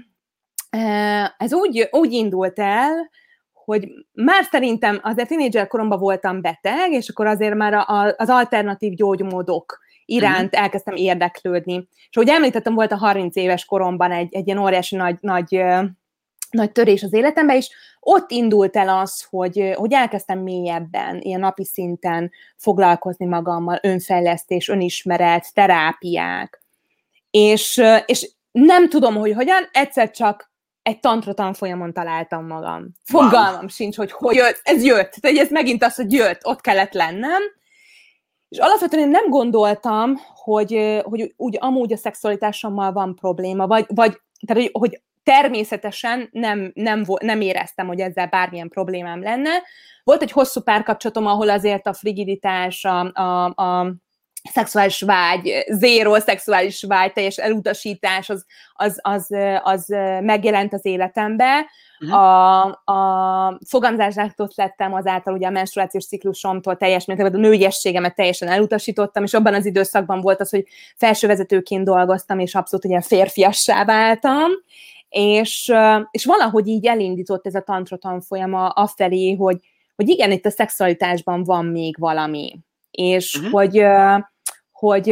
ez úgy, úgy indult el, hogy már szerintem azért tínédzser koromban voltam beteg, és akkor azért már a, az alternatív gyógymódok iránt elkezdtem érdeklődni. És ahogy említettem, volt a harminc éves koromban egy, egy ilyen óriási nagy, nagy nagy törés az életemben, és ott indult el az, hogy, hogy elkezdtem mélyebben, ilyen napi szinten foglalkozni magammal, önfejlesztés, önismeret, terápiák. És, és nem tudom, hogy hogyan, egyszer csak egy tantra tanfolyamon találtam magam. Fogalmam wow. sincs, hogy hogy jött, ez jött. Tehát ez megint az, hogy jött, ott kellett lennem. És alapvetően én nem gondoltam, hogy, hogy úgy amúgy a szexualitásommal van probléma, vagy, vagy tehát, hogy, hogy természetesen nem, nem, nem éreztem, hogy ezzel bármilyen problémám lenne. Volt egy hosszú párkapcsolatom, ahol azért a frigiditás, a, a, a szexuális vágy, zéró szexuális vágy, teljes elutasítás, az, az, az, az megjelent az életembe. Uh-huh. A, a fogamzásátot lettem azáltal, ugye a menstruációs ciklusomtól teljes mértékben, a nőiességemet teljesen elutasítottam, és abban az időszakban volt az, hogy felsővezetőként dolgoztam, és abszolút ugye férfiassá váltam. És, és valahogy így elindított ez a tantra tanfolyama afelé, hogy, hogy igen, itt a szexualitásban van még valami, és uh-huh. hogy, hogy,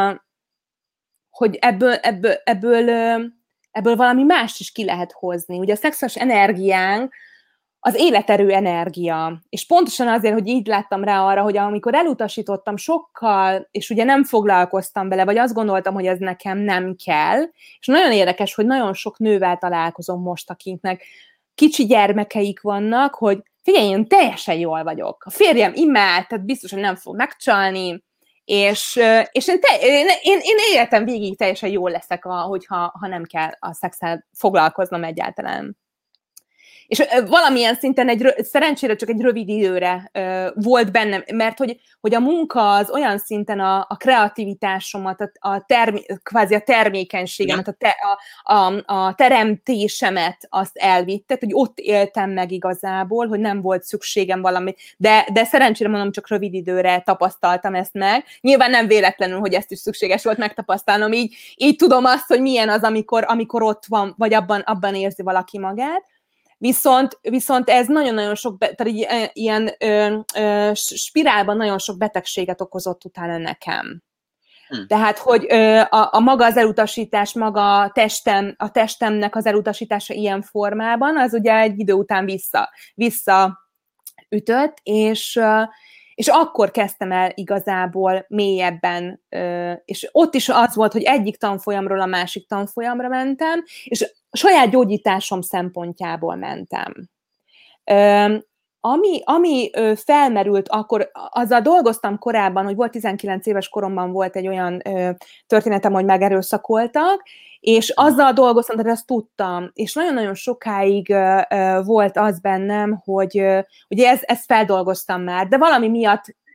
hogy ebből, ebből, ebből, ebből valami mást is ki lehet hozni. Ugye a szexuális energiánk az életerő energia, és pontosan azért, hogy így láttam rá arra, hogy amikor elutasítottam sokkal, és ugye nem foglalkoztam vele, vagy azt gondoltam, hogy ez nekem nem kell, és nagyon érdekes, hogy nagyon sok nővel találkozom most, akiknek kicsi gyermekeik vannak, hogy figyelj, én teljesen jól vagyok. A férjem imád, tehát biztos, hogy nem fog megcsalni, és, és én, te, én, én, én életem végig teljesen jól leszek, a, hogyha ha nem kell a szexel foglalkoznom egyáltalán. És valamilyen szinten egy, szerencsére csak egy rövid időre ö, volt bennem, mert hogy, hogy a munka az olyan szinten a, a kreativitásomat, a, a termé, kvázi a termékenységemet, a, te, a, a, a teremtésemet azt elvitte, hogy ott éltem meg igazából, hogy nem volt szükségem valami, de, de szerencsére mondom, csak rövid időre tapasztaltam ezt meg. Nyilván nem véletlenül, hogy ezt is szükséges volt megtapasztalnom, így, így tudom azt, hogy milyen az, amikor, amikor ott van, vagy abban, abban érzi valaki magát. Viszont, viszont ez nagyon-nagyon sok, tehát így, ilyen ö, ö, spirálban nagyon sok betegséget okozott utána nekem. Hm. Tehát, hogy ö, a, a maga az elutasítás, maga a, testem, a testemnek az elutasítása ilyen formában, az ugye egy idő után vissza, visszaütött, és, ö, és akkor kezdtem el igazából mélyebben, ö, és ott is az volt, hogy egyik tanfolyamról a másik tanfolyamra mentem, és a saját gyógyításom szempontjából mentem. Ö, ami ami ö, felmerült, akkor azzal dolgoztam korábban, hogy volt tizenkilenc éves koromban volt egy olyan ö, történetem, hogy megerőszakoltak, és azzal dolgoztam, tehát ezt tudtam, és nagyon-nagyon sokáig ö, ö, volt az bennem, hogy ö, ugye ez, ezt feldolgoztam már, de valami miatt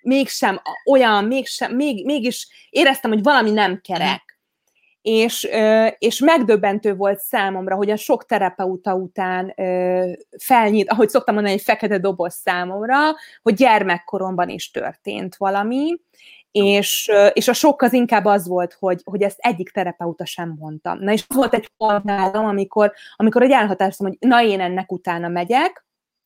mégsem olyan, mégsem, még, mégis éreztem, hogy valami nem kerek. És, és megdöbbentő volt számomra, hogy a sok terapeuta után felnyit, ahogy szoktam mondani, egy fekete doboz számomra, hogy gyermekkoromban is történt valami, és, és a sok az inkább az volt, hogy, hogy ezt egyik terapeuta sem mondta. Na és volt egy pont nálam, amikor, amikor egy elhatároztam, hogy na én ennek utána megyek,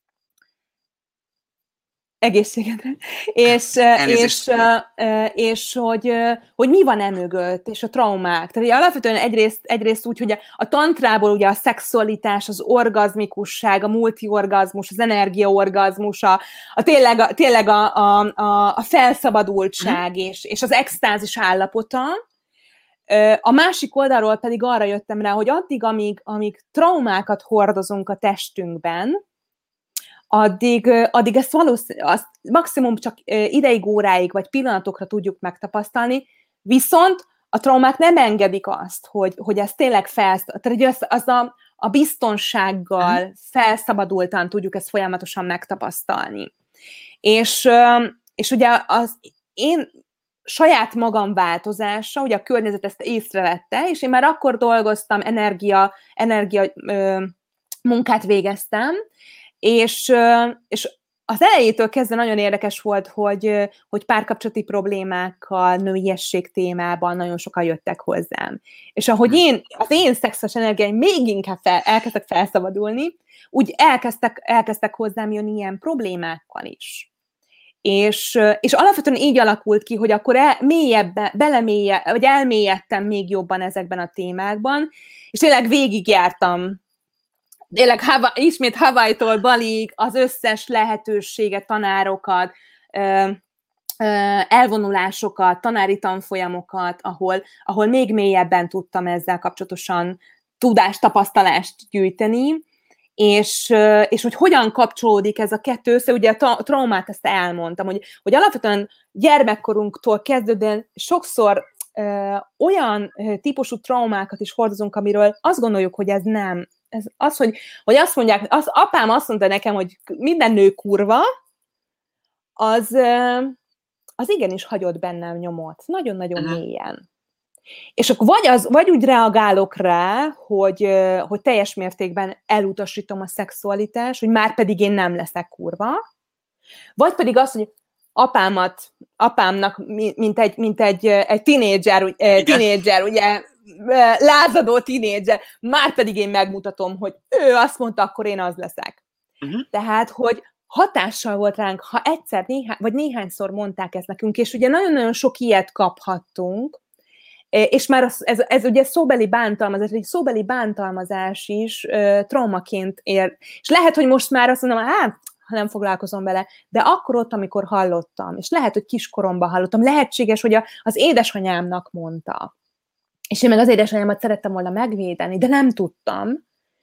egészségedre, és, és, és hogy, hogy mi van emögött, és a traumák. Tehát ugye alapvetően egyrészt, egyrészt úgy, hogy a tantrából ugye a szexualitás, az orgazmikusság, a multiorgazmus, az energiaorgazmus, a, a tényleg, a, tényleg a, a, a felszabadultság mm. és, és az extázis állapota. A másik oldalról pedig arra jöttem rá, hogy addig, amíg, amíg traumákat hordozunk a testünkben, addig, addig ezt valószínűleg azt maximum csak ideig, óráig, vagy pillanatokra tudjuk megtapasztalni, viszont a traumák nem engedik azt, hogy, hogy ez tényleg felsz... Tehát az, az a, a biztonsággal felszabadultan tudjuk ezt folyamatosan megtapasztalni. És, és ugye az én saját magam változása, ugye a környezet ezt észrevette, és én már akkor dolgoztam, energia, energia ö, munkát végeztem, És, és az elejétől kezdve nagyon érdekes volt, hogy, hogy párkapcsolati problémákkal, nőiesség témában nagyon sokan jöttek hozzám. És ahogy én, az én szexuális energiáim még inkább fel, elkezdtek felszabadulni, úgy elkezdtek, elkezdtek hozzám jönni ilyen problémákkal is. És, és alapvetően így alakult ki, hogy akkor el, mélyebben, belemélye, vagy elmélyedtem még jobban ezekben a témákban, és tényleg végigjártam tényleg Hava, ismét Hawaii-tól Balig az összes lehetőséget, tanárokat, elvonulásokat, tanári tanfolyamokat, ahol, ahol még mélyebben tudtam ezzel kapcsolatosan tudást, tapasztalást gyűjteni, és, és hogy hogyan kapcsolódik ez a kettő össze, ugye a traumát ezt elmondtam, hogy, hogy alapvetően gyermekkorunktól kezdődően sokszor ö, olyan típusú traumákat is hordozunk, amiről azt gondoljuk, hogy ez nem. Ez az, hogy, hogy azt mondják, az, apám azt mondta nekem, hogy minden nő kurva, az, az igenis hagyott bennem nyomot, nagyon-nagyon uh-huh. mélyen. És akkor vagy, az, vagy úgy reagálok rá, hogy, hogy teljes mértékben elutasítom a szexualitást, hogy már pedig én nem leszek kurva, vagy pedig azt, hogy apámat, apámnak, mint egy, mint egy, egy tínédzser, tínédzser, ugye, lázadó tínédzser, már pedig én megmutatom, hogy ő azt mondta, akkor én az leszek. Uh-huh. Tehát, hogy hatással volt ránk, ha egyszer, néhány, vagy néhányszor mondták ezt nekünk, és ugye nagyon-nagyon sok ilyet kaphattunk, és már ez, ez, ez ugye szóbeli bántalmazás, egy szóbeli bántalmazás is uh, traumaként ér. És lehet, hogy most már azt mondom, hát, ha nem foglalkozom vele, de akkor ott, amikor hallottam, és lehet, hogy kiskoromban hallottam, lehetséges, hogy a, az édesanyámnak mondta. És én meg az édesanyámat szerettem volna megvédeni, de nem tudtam.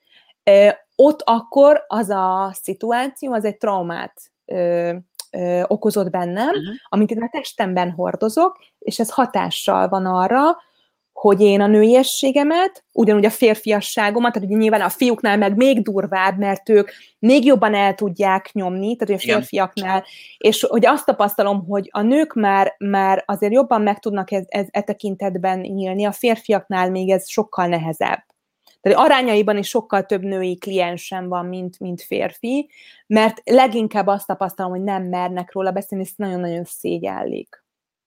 Ö, ott akkor az a szituáció, az egy traumát ö, ö, okozott bennem, uh-huh. amit én a testemben hordozok, és ez hatással van arra, hogy én a nőiességemet, ugyanúgy a férfiasságomat, tehát ugye nyilván a fiúknál meg még durvább, mert ők még jobban el tudják nyomni, tehát a férfiaknál, és hogy azt tapasztalom, hogy a nők már, már azért jobban meg tudnak ez, ez, e tekintetben nyílni, a férfiaknál még ez sokkal nehezebb. Tehát arányaiban is sokkal több női kliensem van, mint, mint férfi, mert leginkább azt tapasztalom, hogy nem mernek róla beszélni, és nagyon-nagyon szégyellik.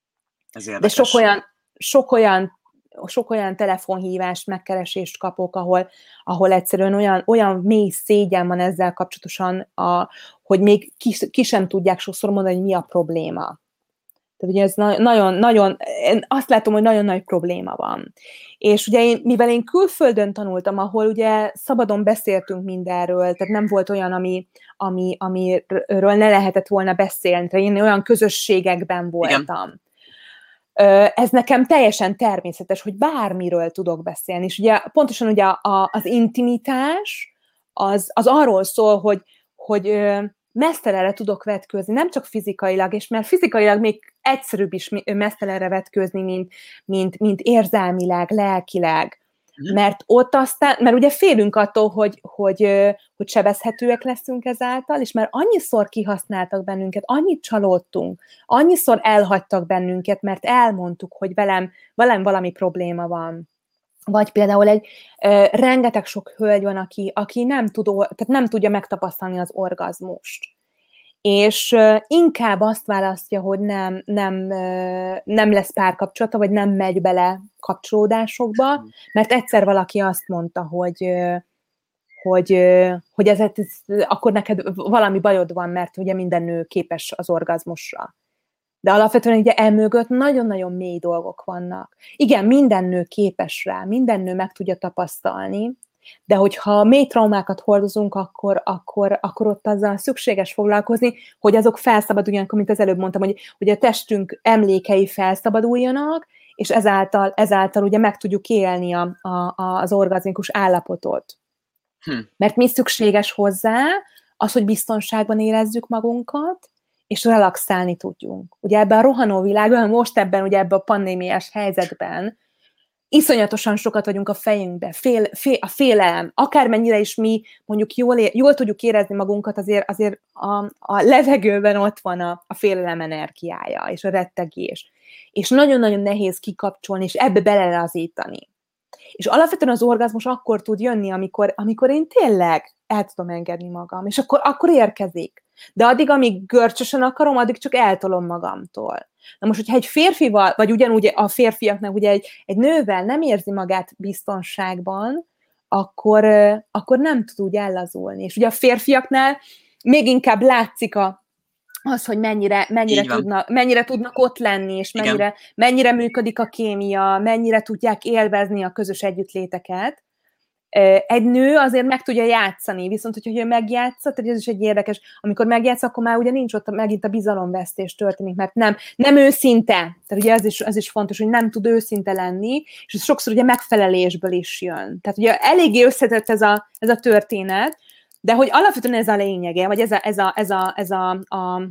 De sok olyan, sok olyan sok olyan telefonhívást, megkeresést kapok, ahol, ahol egyszerűen olyan, olyan mély szégyen van ezzel kapcsolatosan, a, hogy még ki, ki sem tudják sokszor mondani, hogy mi a probléma. Tehát ugye ez nagyon, nagyon, én azt látom, hogy nagyon nagy probléma van. És ugye én, mivel én külföldön tanultam, ahol ugye szabadon beszéltünk mindenről, tehát nem volt olyan, ami, ami, amiről ne lehetett volna beszélni, tehát én olyan közösségekben voltam. Igen. Ez nekem teljesen természetes, hogy bármiről tudok beszélni. És ugye pontosan ugye a, a, az intimitás az, az arról szól, hogy, hogy mesztelenre tudok vetkőzni, nem csak fizikailag, és mert fizikailag még egyszerűbb is mesztelenre vetkőzni, mint, mint, mint érzelmileg, lelkileg. mert ott aztán, mert ugye félünk attól, hogy, hogy, hogy sebezhetőek leszünk ezáltal, és már annyiszor kihasználtak bennünket, annyit csalódtunk, annyiszor elhagytak bennünket, mert elmondtuk, hogy velem, velem valami probléma van. Vagy például egy ö, rengeteg sok hölgy van, aki, aki nem, tud, tehát nem tudja megtapasztalni az orgazmust. És ö, inkább azt választja, hogy nem, nem, ö, nem lesz párkapcsolata, vagy nem megy bele kapcsolódásokba, mert egyszer valaki azt mondta, hogy, ö, hogy, ö, hogy ez, ez, akkor neked valami bajod van, mert ugye minden nő képes az orgazmusra. De alapvetően ugye emögött nagyon-nagyon mély dolgok vannak. Igen, minden nő képes rá, minden nő meg tudja tapasztalni, de hogyha mély traumákat hordozunk, akkor, akkor, akkor ott azzal szükséges foglalkozni, hogy azok felszabaduljanak, amit az előbb mondtam, hogy, hogy a testünk emlékei felszabaduljanak, és ezáltal, ezáltal ugye meg tudjuk élni a, a, az orgazmikus állapotot. Hm. Mert mi szükséges hozzá? Az, hogy biztonságban érezzük magunkat, és relaxálni tudjunk. Ugye ebben a rohanó világban, most ebben, ugye ebben a pandémiás helyzetben iszonyatosan sokat vagyunk a fejünkbe, fél, fél, a félelem, akármennyire is mi mondjuk jól, jól tudjuk érezni magunkat, azért, azért a, a levegőben ott van a, a félelem energiája, és a rettegés. És nagyon-nagyon nehéz kikapcsolni, és ebbe belelazítani. És alapvetően az orgazmus akkor tud jönni, amikor, amikor én tényleg el tudom engedni magam, és akkor, akkor érkezik. De addig, amíg görcsösen akarom, addig csak eltolom magamtól. Na most, hogyha egy férfival, vagy ugyanúgy a férfiaknak ugye egy, egy nővel nem érzi magát biztonságban, akkor, akkor nem tud úgy ellazulni. És ugye a férfiaknál még inkább látszik a, az, hogy mennyire, mennyire, tudnak, mennyire tudnak ott lenni, és mennyire, mennyire működik a kémia, mennyire tudják élvezni a közös együttléteket. Egy nő azért meg tudja játszani, viszont hogyha ő megjátsza, tehát ez is egy érdekes, amikor megjátsz, akkor már ugye nincs ott megint a bizalomvesztés történik, mert nem, nem őszinte. Tehát ugye ez is, ez is fontos, hogy nem tud őszinte lenni, és ez sokszor ugye megfelelésből is jön. Tehát ugye eléggé összetett ez a, ez a történet, de hogy alapvetően ez a lényege, vagy ez a, ez a, ez a, ez a, a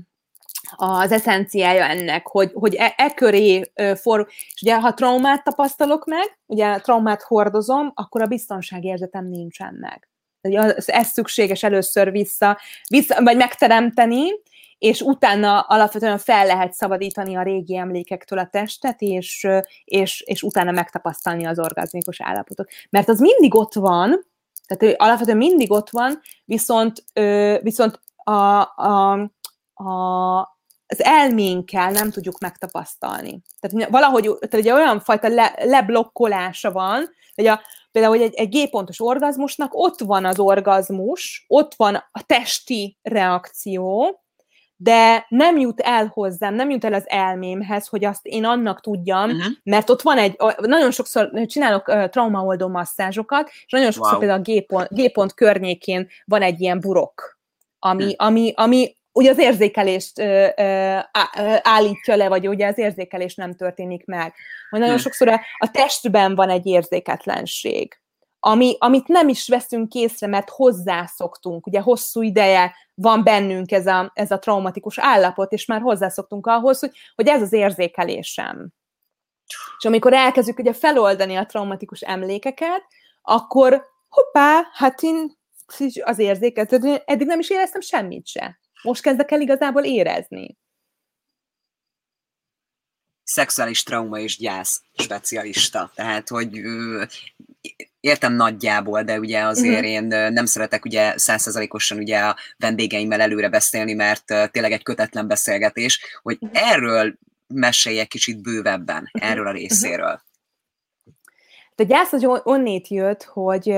az eszenciája ennek, hogy, hogy e, e köré forog, és ugye ha traumát tapasztalok meg, ugye traumát hordozom, akkor a biztonságérzetem nincsen meg. Ez szükséges először vissza, vissza, vagy megteremteni, és utána alapvetően fel lehet szabadítani a régi emlékektől a testet, és, és, és utána megtapasztalni az orgazmikus állapotot. Mert az mindig ott van, tehát alapvetően mindig ott van, viszont, viszont a, a, a az elménkkel nem tudjuk megtapasztalni. Tehát valahogy tehát ugye olyan fajta le, leblokkolása van, hogy a, például hogy egy, egy G-pontos orgazmusnak ott van az orgazmus, ott van a testi reakció, de nem jut el hozzám, nem jut el az elmémhez, hogy azt én annak tudjam, uh-huh. mert ott van egy, nagyon sokszor csinálok uh, traumaoldó masszázsokat, és nagyon sokszor wow. például a G-pont, G-pont környékén van egy ilyen burok, ami, uh-huh. ami, ami ugye az érzékelést ö, ö, állítja le, vagy ugye az érzékelés nem történik meg. Vagy nagyon hmm. sokszor a, a testben van egy érzéketlenség, ami, amit nem is veszünk észre, mert hozzászoktunk. Ugye hosszú ideje van bennünk ez a, ez a traumatikus állapot, és már hozzászoktunk ahhoz, hogy, hogy ez az érzékelésem. És amikor elkezdjük ugye feloldani a traumatikus emlékeket, akkor hoppá, hát én az érzéket, eddig nem is éreztem semmit se. Most kezdek el igazából érezni. Szexuális trauma és gyász specialista. Tehát, hogy ö, értem nagyjából, de ugye azért uh-huh. én nem szeretek ugye száz százalékosan ugye a vendégeimmel előre beszélni, mert tényleg egy kötetlen beszélgetés, hogy uh-huh. erről mesélj egy kicsit bővebben, uh-huh. erről a részéről. De a gyász az onnét jött, hogy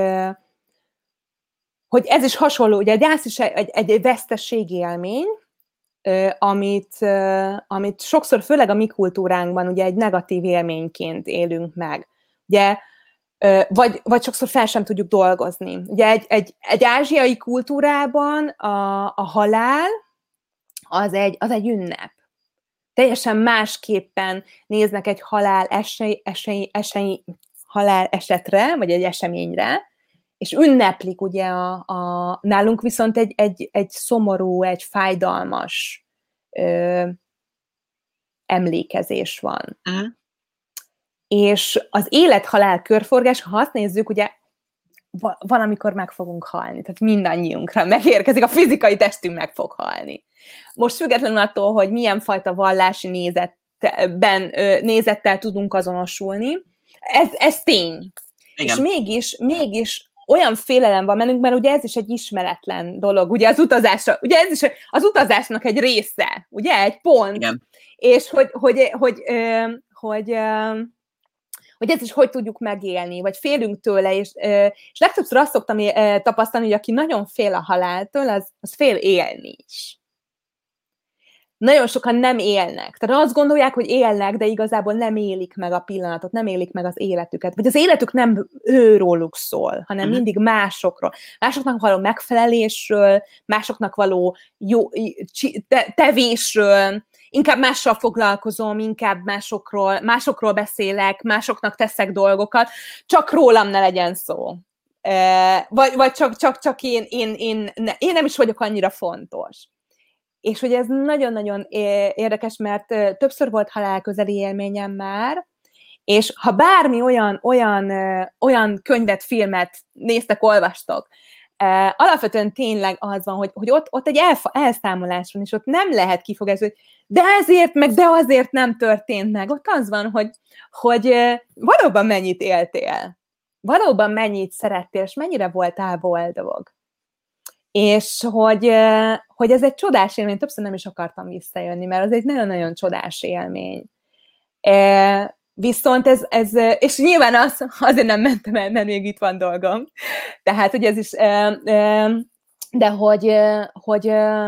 hogy ez is hasonló, ugye a gyász is egy, egy veszteségi élmény, amit, amit sokszor, főleg a mi kultúránkban ugye egy negatív élményként élünk meg. Ugye, vagy, vagy sokszor fel sem tudjuk dolgozni. Ugye egy, egy, egy ázsiai kultúrában a, a halál az egy, az egy ünnep. Teljesen másképpen néznek egy halál esély, esély, esély, halál esetre, vagy egy eseményre, és ünneplik ugye a, a nálunk viszont egy, egy, egy szomorú, egy fájdalmas ö, emlékezés van. Uh-huh. És az élet-halál körforgás, ha azt nézzük, ugye valamikor meg fogunk halni, tehát mindannyiunkra megérkezik, a fizikai testünk meg fog halni. Most függetlenül attól, hogy milyen fajta vallási nézetben, nézettel tudunk azonosulni, ez, ez tény. Igen. És mégis, mégis olyan félelem van bennünk, mert ugye ez is egy ismeretlen dolog, ugye az utazásra, ugye ez is az utazásnak egy része, ugye, egy pont. Igen. És hogy, hogy, hogy, hogy, hogy hogy ez is hogy tudjuk megélni, vagy félünk tőle, és, és legtöbbször azt szoktam tapasztalni, hogy aki nagyon fél a haláltól, az, az fél élni is. Nagyon sokan nem élnek. Tehát azt gondolják, hogy élnek, de igazából nem élik meg a pillanatot, nem élik meg az életüket. Vagy az életük nem őróluk szól, hanem uh-huh. mindig másokról. Másoknak való megfelelésről, másoknak való jó, te, tevésről, inkább mással foglalkozom, inkább másokról, másokról beszélek, másoknak teszek dolgokat, csak rólam ne legyen szó. Vagy, vagy csak, csak, csak én, én, én, ne, én nem is vagyok annyira fontos. És hogy ez nagyon-nagyon érdekes, mert többször volt halálközeli élményem már, és ha bármi olyan, olyan, olyan könyvet, filmet néztek, olvastok, alapvetően tényleg az van, hogy, hogy ott, ott egy elfa, elszámolás van, és ott nem lehet kifogásolni, hogy de ezért, meg de azért nem történt meg. Ott az van, hogy, hogy valóban mennyit éltél, valóban mennyit szerettél, és mennyire voltál boldog. És hogy, hogy ez egy csodás élmény, többször nem is akartam visszajönni, mert az egy nagyon-nagyon csodás élmény. E, viszont ez, ez, és nyilván az, azért nem mentem el, mert még itt van dolgom. Tehát, hogy ez is, e, e, de hogy, hogy,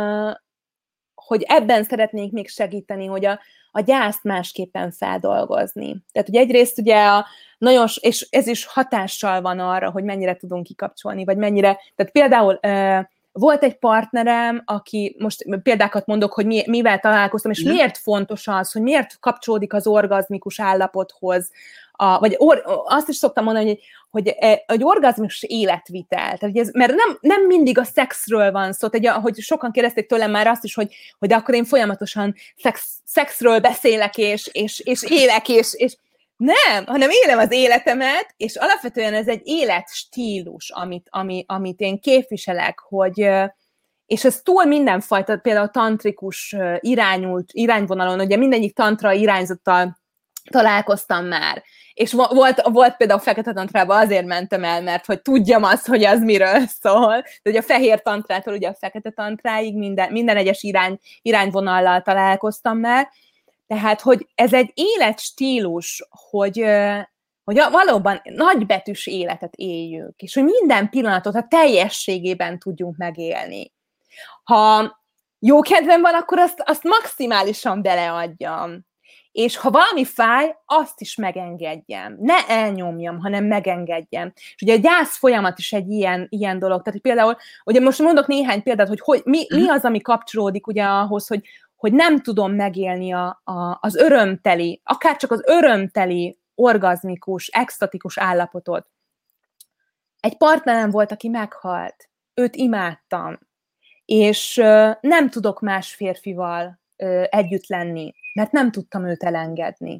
hogy ebben szeretnék még segíteni, hogy a, a gyászt másképpen feldolgozni. Tehát, hogy egyrészt ugye a nagyon, és ez is hatással van arra, hogy mennyire tudunk kikapcsolni, vagy mennyire, tehát például volt egy partnerem, aki, most példákat mondok, hogy mi, mivel találkoztam, és miért fontos az, hogy miért kapcsolódik az orgazmikus állapothoz, a, vagy or, azt is szoktam mondani, hogy, hogy egy orgazmikus életvitel, tehát, ez, mert nem, nem mindig a szexről van szó, tehát, hogy sokan kérdezték tőlem már azt is, hogy, hogy de akkor én folyamatosan szex, szexről beszélek, és, és, és élek, és, és nem, hanem élem az életemet, és alapvetően ez egy életstílus, amit, ami, amit én képviselek, hogy, és ez túl mindenfajta, például tantrikus irányult, irányvonalon, ugye mindegyik tantra irányzattal találkoztam már, és volt, volt például fekete tantrában azért mentem el, mert hogy tudjam azt, hogy az miről szól, de ugye a fehér tantrától ugye a fekete tantráig minden, minden egyes irány, irányvonallal találkoztam már. Tehát, hogy ez egy életstílus, hogy, hogy valóban nagybetűs életet éljünk, és hogy minden pillanatot a teljességében tudjunk megélni. Ha jó kedvem van, akkor azt, azt maximálisan beleadjam. És ha valami fáj, azt is megengedjem. Ne elnyomjam, hanem megengedjem. És ugye a gyász folyamat is egy ilyen, ilyen dolog. Tehát például, ugye most mondok néhány példát, hogy, hogy mi, mi az, ami kapcsolódik ugye ahhoz, hogy hogy nem tudom megélni a, a, az örömteli, akár csak az örömteli, orgazmikus, extatikus állapotot. Egy partnerem volt, aki meghalt. Őt imádtam. És uh, nem tudok más férfival uh, együtt lenni, mert nem tudtam őt elengedni.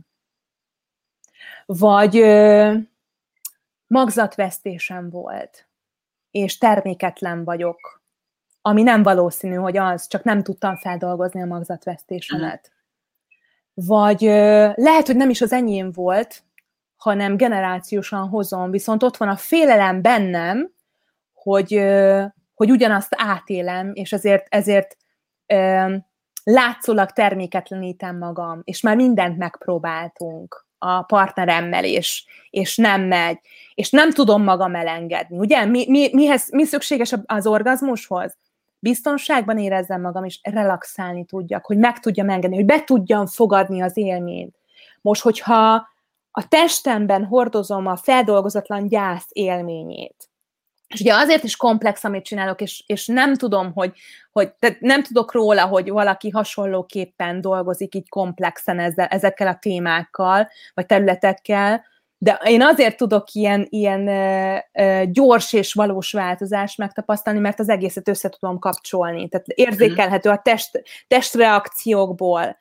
Vagy uh, magzatvesztésem volt, és terméketlen vagyok, ami nem valószínű, hogy az, csak nem tudtam feldolgozni a magzatvesztésemet. Vagy lehet, hogy nem is az enyém volt, hanem generációsan hozom, viszont ott van a félelem bennem, hogy, hogy ugyanazt átélem, és ezért, ezért látszólag terméketlenítem magam, és már mindent megpróbáltunk a partneremmel, és, és nem megy, és nem tudom magam elengedni. Ugye? Mi, mi, mihez, mi szükséges az orgazmushoz? Biztonságban érezzem magam, és relaxálni tudjak, hogy meg tudjam engedni, hogy be tudjam fogadni az élményt. Most, hogyha a testemben hordozom a feldolgozatlan gyász élményét, és ugye azért is komplex, amit csinálok, és, és nem tudom, hogy, hogy tehát nem tudok róla, hogy valaki hasonlóképpen dolgozik így komplexen ezzel, ezekkel a témákkal, vagy területekkel, de én azért tudok ilyen, ilyen uh, uh, gyors és valós változást megtapasztalni, mert az egészet össze tudom kapcsolni. Tehát érzékelhető a test, testreakciókból,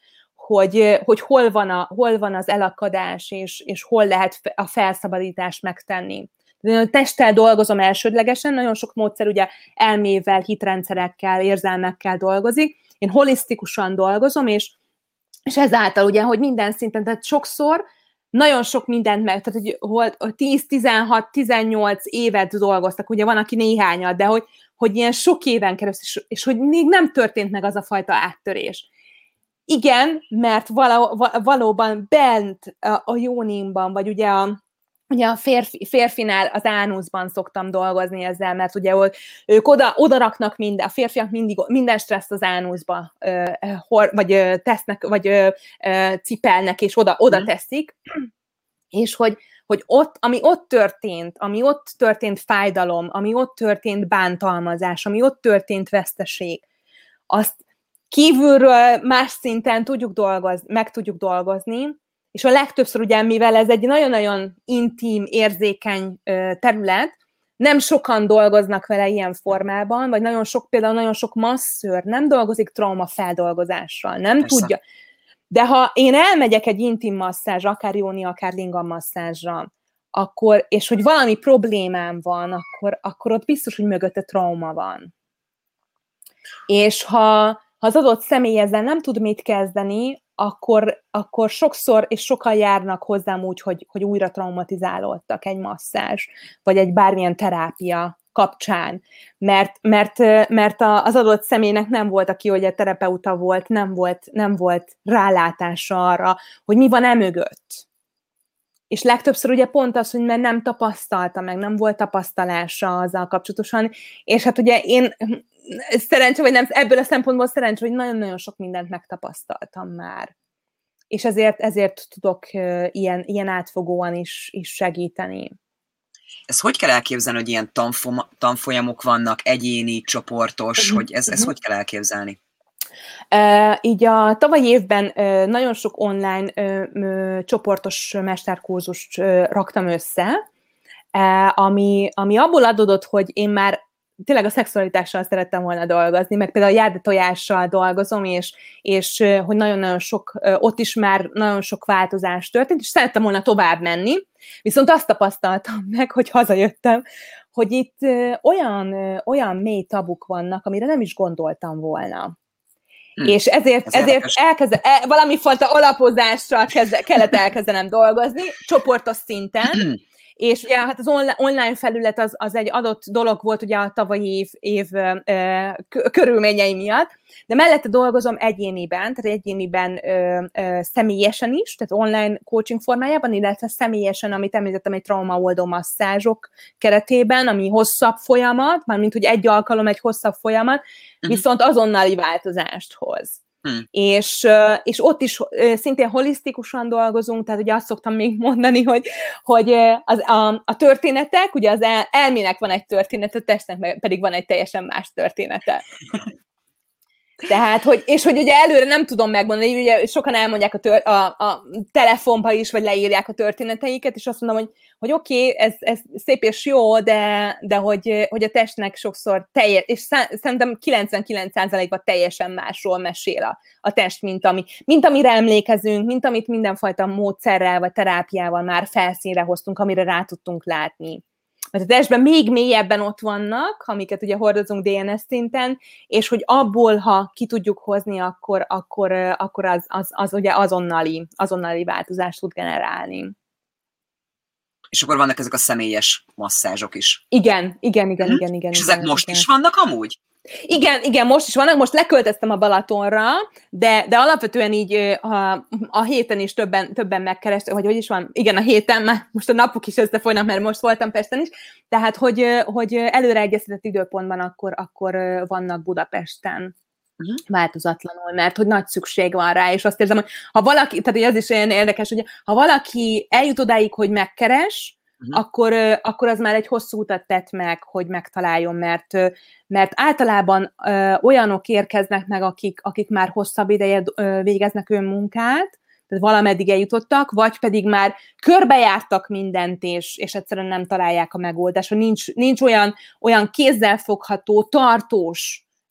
hogy, hogy hol, van a, hol van az elakadás, és, és hol lehet a felszabadítást megtenni. De a testtel dolgozom elsődlegesen, nagyon sok módszer ugye elmével, hitrendszerekkel, érzelmekkel dolgozik. Én holisztikusan dolgozom, és, és ezáltal ugye, hogy minden szinten, tehát sokszor nagyon sok mindent meg, tehát hogy tíz, tizenhat, tizennyolc évet dolgoztak, ugye van, aki néhányat, de hogy, hogy ilyen sok éven keresztül, és, és hogy még nem történt meg az a fajta áttörés. Igen, mert való, valóban bent a, a jónimban, vagy ugye a, ugye a férfi, férfinál az ánuszban szoktam dolgozni ezzel, mert ugye ők oda, oda raknak minden, a férfiak mindig, minden stresszt az ánuszba ö, hor, vagy ö, tesznek, vagy ö, ö, cipelnek, és oda, oda teszik, és hogy, hogy ott, ami ott történt, ami ott történt fájdalom, ami ott történt bántalmazás, ami ott történt veszteség, azt kívülről más szinten tudjuk dolgozni, meg tudjuk dolgozni, és a legtöbbször ugye, mivel ez egy nagyon-nagyon intim, érzékeny terület, nem sokan dolgoznak vele ilyen formában, vagy nagyon sok, például nagyon sok masszőr nem dolgozik traumafeldolgozással, nem Persze. tudja. De ha én elmegyek egy intim masszázsra, akár jóni, akár lingam masszázsra, akkor, és hogy valami problémám van, akkor, akkor ott biztos, hogy mögötte trauma van. És ha Ha az adott személy ezzel nem tud mit kezdeni, akkor, akkor sokszor és sokan járnak hozzám úgy, hogy, hogy újra traumatizálódtak egy masszázs, vagy egy bármilyen terápia kapcsán. Mert, mert, mert az adott személynek nem volt, aki ugye terapeuta volt, nem volt, nem volt rálátása arra, hogy mi van e mögött. És legtöbbször ugye pont az, hogy mert nem tapasztalta meg, nem volt tapasztalása azzal kapcsolatosan, és hát ugye én szerencsé, vagy nem, ebből a szempontból szerencsé, hogy nagyon-nagyon sok mindent megtapasztaltam már. És ezért, ezért tudok uh, ilyen, ilyen átfogóan is, is segíteni. Ez hogy kell elképzelni, hogy ilyen tanfom, tanfolyamok vannak, egyéni, csoportos, uh-huh. hogy ez, ez uh-huh. hogy kell elképzelni? Uh, így a tavalyi évben uh, nagyon sok online uh, uh, csoportos mesterkurzust uh, raktam össze, uh, ami, ami abból adódott, hogy én már tényleg a szexualitással szerettem volna dolgozni, meg például a járdatojással dolgozom, és, és hogy nagyon-nagyon sok, ott is már nagyon sok változás történt, és szerettem volna tovább menni, viszont azt tapasztaltam meg, hogy hazajöttem, hogy itt olyan, olyan mély tabuk vannak, amire nem is gondoltam volna. Hmm. És ezért, ezért elkezde, el, valami fajta alapozással kezde, kellett elkezdenem dolgozni, csoportos szinten, és ugye hát az online felület az, az egy adott dolog volt ugye a tavalyi év, év ö, körülményei miatt, de mellette dolgozom egyéniben, tehát egyéniben ö, ö, személyesen is, tehát online coaching formájában, illetve személyesen, amit említettem, egy traumaoldó masszázsok keretében, ami hosszabb folyamat, mármint hogy egy alkalom, egy hosszabb folyamat, viszont azonnali változást hoz. Hmm. És, és ott is szintén holisztikusan dolgozunk, tehát ugye azt szoktam még mondani, hogy, hogy az, a, a történetek, ugye az el, elmének van egy története, a testnek pedig van egy teljesen más története. Tehát, hogy, és hogy ugye előre nem tudom megmondani, ugye sokan elmondják a, tör, a, a telefonba is, vagy leírják a történeteiket, és azt mondom, hogy, hogy oké, okay, ez, ez szép és jó, de, de hogy, hogy a testnek sokszor teljes, és szerintem kilencvenkilenc százalékban teljesen másról mesél a, a test, mint, ami, mint amire emlékezünk, mint amit mindenfajta módszerrel, vagy terápiával már felszínre hoztunk, amire rá tudtunk látni. Mert a testben még mélyebben ott vannak, amiket ugye hordozunk dé en es szinten, és hogy abból, ha ki tudjuk hozni, akkor, akkor, akkor az, az, az ugye azonnali, azonnali változást tud generálni. És akkor vannak ezek a személyes masszázsok is. Igen, igen, igen, igen, igen. És igen, ezek most igen. is vannak amúgy? Igen, igen, most is vannak, most leköltöztem a Balatonra, de, de alapvetően így a, a héten is többen, többen megkerestek, hogy hogy is van, igen, a héten, már most a napok is összefolynak, mert most voltam Pesten is, tehát hogy, hogy előre egyeztetett időpontban akkor, akkor vannak Budapesten. Uh-huh. Változatlanul, mert hogy nagy szükség van rá, és azt érzem, hogy ha valaki, tehát az is olyan érdekes, hogy ha valaki eljut odáig, hogy megkeres, Uh-huh. Akkor, akkor az már egy hosszú utat tett meg, hogy megtaláljon, mert, mert általában ö, olyanok érkeznek meg, akik, akik már hosszabb ideje ö, végeznek önmunkát, tehát valameddig eljutottak, vagy pedig már körbejártak mindent, és, és egyszerűen nem találják a megoldást, hogy nincs, nincs olyan, olyan kézzelfogható, tartós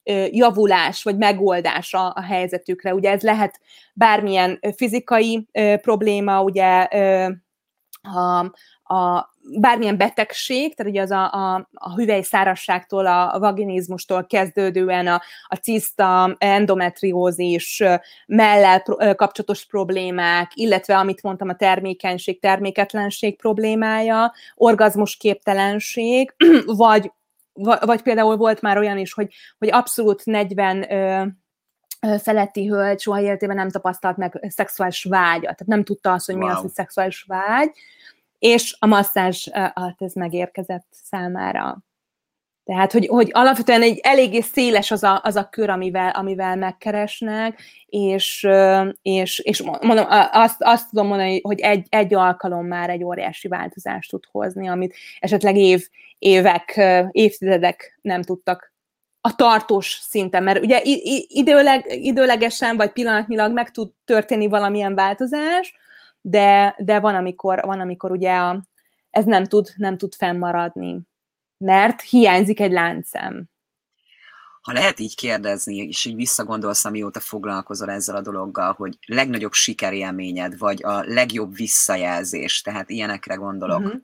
javulás vagy megoldás a, a helyzetükre. Ugye ez lehet bármilyen fizikai probléma, ugye a, a bármilyen betegség, tehát ugye az a, a, a hüvelyszárasságtól, a, a vaginizmustól kezdődően a, a ciszta, endometriózis, mellel kapcsolatos problémák, illetve amit mondtam, a termékenység, terméketlenség problémája, orgazmusképtelenség, vagy, vagy például volt már olyan is, hogy, hogy abszolút negyven ö, feletti hölgy soha életében nem tapasztalt meg szexuális vágyat, tehát nem tudta azt, hogy wow. mi az, hogy szexuális vágy, és a masszázs alatt ez megérkezett számára. Tehát, hogy, hogy alapvetően egy eléggé széles az a, az a kör, amivel, amivel megkeresnek, és, és, és mondom, azt, azt tudom mondani, hogy egy, egy alkalom már egy óriási változást tud hozni, amit esetleg év, évek, évtizedek nem tudtak a tartós szinten, mert ugye időleg, időlegesen vagy pillanatnyilag meg tud történni valamilyen változás, de, de van, amikor, van, amikor ugye a, ez nem tud, nem tud fennmaradni, mert hiányzik egy láncszem. Ha lehet így kérdezni, és így visszagondolsz, amióta foglalkozol ezzel a dologgal, hogy legnagyobb sikerélményed, vagy a legjobb visszajelzés, tehát ilyenekre gondolok. Uh-huh.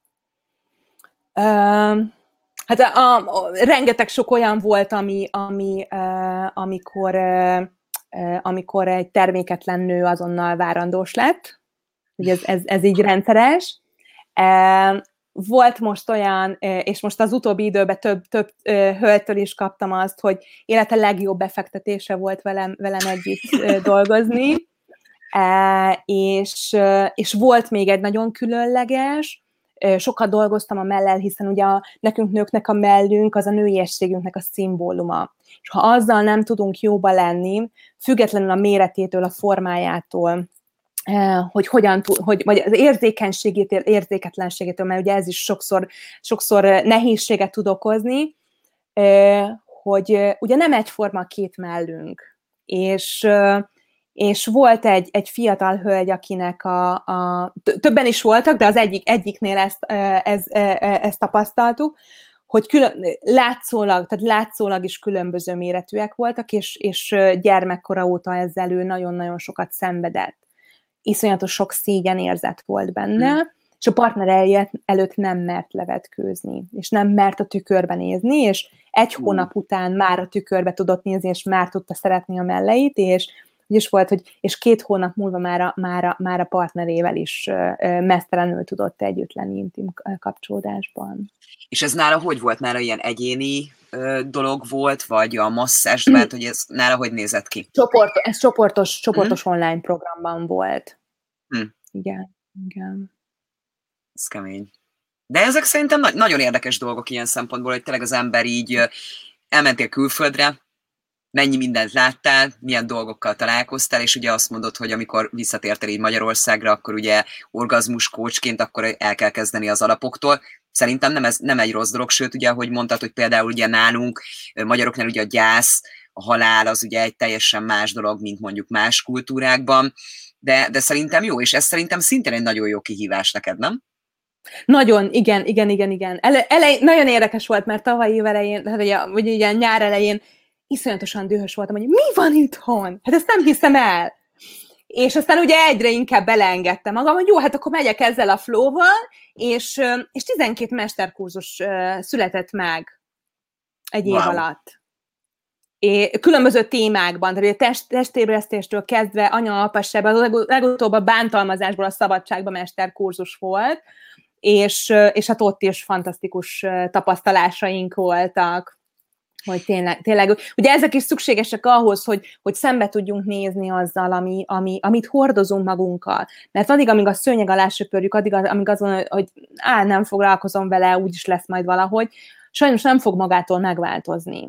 Uh, hát a, a, rengeteg sok olyan volt, ami, ami, uh, amikor, uh, uh, amikor egy terméketlen nő azonnal várandós lett, ugye ez, ez, ez így rendszeres. Uh, Volt most olyan, és most az utóbbi időben több, több hölgytől is kaptam azt, hogy élete legjobb befektetése volt velem, velem együtt dolgozni, és, és volt még egy nagyon különleges, sokat dolgoztam a mellel, hiszen ugye a, nekünk nőknek a mellünk az a nőiességünknek a szimbóluma. És ha azzal nem tudunk jóba lenni, függetlenül a méretétől, a formájától, hogy hogyan tud, hogy, vagy az érzékenységétől, érzéketlenségétől, mert ugye ez is sokszor, sokszor nehézséget tud okozni, hogy ugye nem egyforma a két mellünk, és, és volt egy, egy fiatal hölgy, akinek a, a, többen is voltak, de az egyik, egyiknél ezt, ez, ezt tapasztaltuk, hogy külön, látszólag, tehát látszólag is különböző méretűek voltak, és, és gyermekkora óta ezzel ő nagyon-nagyon sokat szenvedett. Iszonyatos sok szégyenérzet volt benne, hmm. és a partner előtt nem mert levetkőzni, és nem mert a tükörbe nézni, és egy hmm. hónap után már a tükörbe tudott nézni, és már tudta szeretni a melleit, és úgy is volt, hogy és két hónap múlva már a, már a, már a partnerével is mesztelenül tudott együtt lenni intim kapcsolódásban. És ez nála hogy volt? Nála ilyen egyéni ö, dolog volt, vagy a masszázs, mert hogy ez nála hogy nézett ki? Csoport, ez csoportos, csoportos hmm. online programban volt. Hmm. Igen, igen. Ez kemény. De ezek szerintem na- nagyon érdekes dolgok ilyen szempontból, hogy tényleg az ember így ö, elmentél külföldre, mennyi mindent láttál, milyen dolgokkal találkoztál, és ugye azt mondod, hogy amikor visszatértél így Magyarországra, akkor ugye orgazmus coachként, akkor el kell kezdeni az alapoktól. Szerintem nem, ez, nem egy rossz dolog, sőt, ugye, ahogy mondtad, hogy például ugye nálunk, magyaroknál ugye a gyász, a halál az ugye egy teljesen más dolog, mint mondjuk más kultúrákban, de, de szerintem jó, és ez szerintem szintén egy nagyon jó kihívás neked, nem? Nagyon, igen, igen, igen, igen. Ele, elej, nagyon érdekes volt, mert tavaly év elején, tehát ugye, ugye nyár elején iszonyatosan dühös voltam, hogy mi van itthon? Hát ezt nem hiszem el. És aztán ugye egyre inkább beleengedtem magam, hogy jó, hát akkor megyek ezzel a flow-val, és, és tizenkét mesterkurzus született meg egy év wow. alatt. É, különböző témákban, tehát a test, testébresztéstől kezdve anya-apaság, az legutóbb a bántalmazásból a szabadságba mesterkurzus volt, és, és hát ott is fantasztikus tapasztalásaink voltak. Hogy tényleg, tényleg, ugye ezek is szükségesek ahhoz, hogy, hogy szembe tudjunk nézni azzal, ami, ami, amit hordozunk magunkkal. Mert addig, amíg a szőnyeg alá söpörjük, addig, amíg azon, hogy á, nem foglalkozom vele, úgyis lesz majd valahogy, sajnos nem fog magától megváltozni.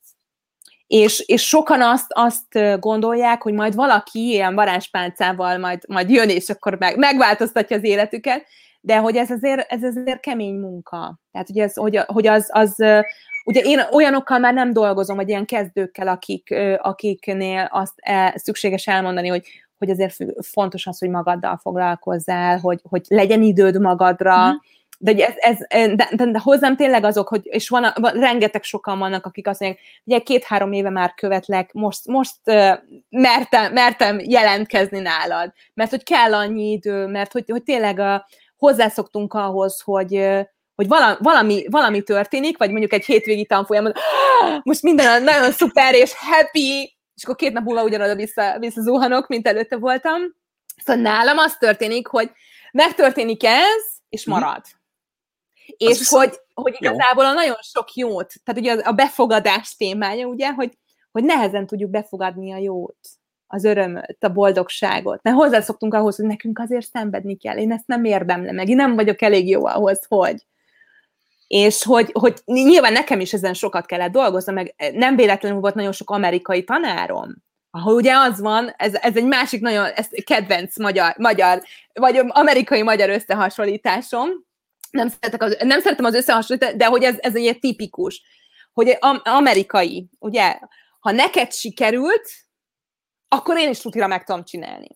És, és sokan azt, azt gondolják, hogy majd valaki ilyen varázspálcával majd, majd jön, és akkor meg, megváltoztatja az életüket, de hogy ez azért, ez azért kemény munka. Tehát, hogy, ez, hogy, hogy az... az ugye én olyanokkal már nem dolgozom, vagy ilyen kezdőkkel, akik, akiknél azt el, szükséges elmondani, hogy, hogy azért fontos az, hogy magaddal foglalkozzál, hogy, hogy legyen időd magadra, mm. De, ez, ez, de, de, de hozzám tényleg azok, hogy, és van, van, rengeteg sokan vannak, akik azt mondják, ugye két-három éve már követlek, most, most uh, mertem, mertem jelentkezni nálad, mert hogy kell annyi idő, mert hogy, hogy tényleg a, hozzászoktunk ahhoz, hogy, uh, hogy valami, valami, valami történik, vagy mondjuk egy hétvégi tanfolyamon, most minden nagyon szuper és happy, és akkor két nap múlva ugyanoda vissza, visszazuhanok, mint előtte voltam. Szóval nálam az történik, hogy megtörténik ez, és marad. Mm. És az hogy, hogy igazából a nagyon sok jót, tehát ugye a befogadás témája, ugye, hogy, hogy nehezen tudjuk befogadni a jót, az örömöt, a boldogságot. Mert hozzászoktunk ahhoz, hogy nekünk azért szenvedni kell. Én ezt nem érdemlem meg, én nem vagyok elég jó ahhoz, hogy. És hogy, hogy nyilván nekem is ezen sokat kellett dolgoznom, meg nem véletlenül volt nagyon sok amerikai tanárom, ahol ugye az van, ez, ez egy másik nagyon ez kedvenc magyar, magyar, vagy amerikai-magyar összehasonlításom, nem, az, nem szeretem az összehasonlítást, de hogy ez, ez egy tipikus, hogy amerikai, ugye, ha neked sikerült, akkor én is tutira meg tudom csinálni.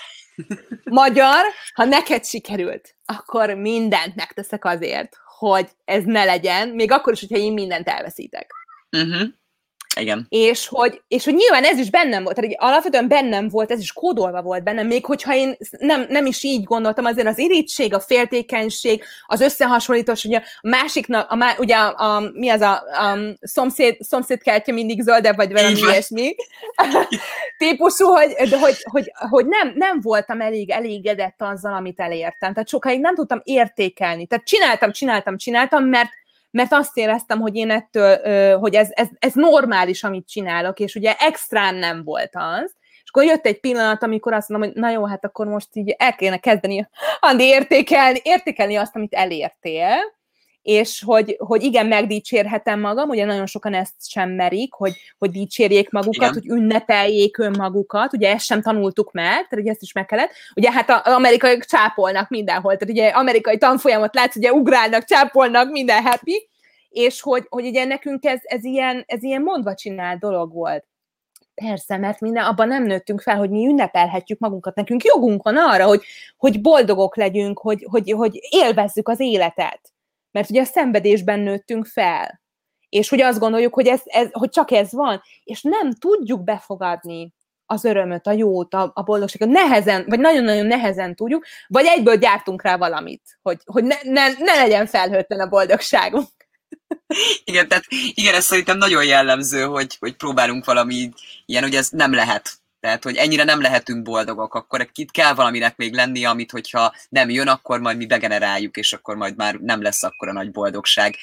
Magyar, ha neked sikerült, akkor mindent megteszek azért, hogy ez ne legyen, még akkor is, hogyha én mindent elveszítek. Uh-huh. Igen. És hogy, és hogy nyilván ez is bennem volt, tehát alapvetően bennem volt, ez is kódolva volt bennem, még hogyha én nem, nem is így gondoltam, azért az irítség, a féltékenység, az összehasonlítás, ugye a másiknak, a, ugye a, a, mi az a, a szomszéd, szomszéd kertje mindig zöldebb, vagy valami ilyesmi típusú, hogy, hogy, hogy, hogy nem, nem voltam elég elégedett azzal, amit elértem. Tehát sokáig nem tudtam értékelni. Tehát csináltam, csináltam, csináltam, mert mert azt éreztem, hogy én ettől, hogy ez, ez, ez normális, amit csinálok, és ugye extrán nem volt az. És akkor jött egy pillanat, amikor azt mondom, hogy na jó, hát akkor most így el kéne kezdeni, Andi, értékelni, értékelni azt, amit elértél, és hogy, hogy igen, megdicsérhetem magam, ugye nagyon sokan ezt sem merik, hogy, hogy dicsérjék magukat, igen. Hogy ünnepeljék önmagukat, ugye ezt sem tanultuk meg, tehát ugye ezt is meg kellett. Ugye hát az amerikaiak csápolnak mindenhol, tehát ugye amerikai tanfolyamot látsz, ugye ugrálnak, csápolnak, minden happy, és hogy, hogy ugye nekünk ez, ez, ilyen, ez ilyen mondva csinált dolog volt. Persze, mert minden, abban nem nőttünk fel, hogy mi ünnepelhetjük magunkat, nekünk jogunk van arra, hogy, hogy boldogok legyünk, hogy, hogy, hogy élvezzük az életet. Mert ugye a szenvedésben nőttünk fel. És hogy azt gondoljuk, hogy, ez, ez, hogy csak ez van, és nem tudjuk befogadni az örömöt, a jót, a, a boldogságot. Nehezen, vagy nagyon-nagyon nehezen tudjuk, vagy egyből gyártunk rá valamit, hogy, hogy ne, ne, ne legyen felhőtlen a boldogságunk. Igen, tehát igen, ez szerintem nagyon jellemző, hogy, hogy próbálunk valami ilyen, hogy ez nem lehet. Tehát, hogy ennyire nem lehetünk boldogok, akkor itt kell valaminek még lenni, amit hogyha nem jön, akkor majd mi begeneráljuk, és akkor majd már nem lesz akkora nagy boldogság.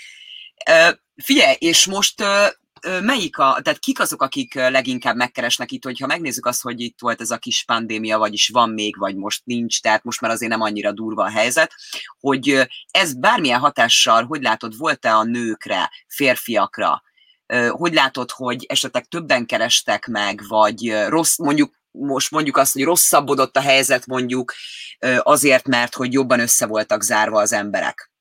Figyelj, és most melyik a, tehát kik azok, akik leginkább megkeresnek itt, hogyha megnézzük azt, hogy itt volt ez a kis pandémia, vagyis van még, vagy most nincs, tehát most már azért nem annyira durva a helyzet, hogy ez bármilyen hatással, hogy látod, volt-e a nőkre, férfiakra, hogy látod, hogy esetleg többen kerestek meg, vagy rossz, mondjuk most mondjuk azt, hogy rosszabbodott a helyzet mondjuk azért, mert hogy jobban össze voltak zárva az emberek?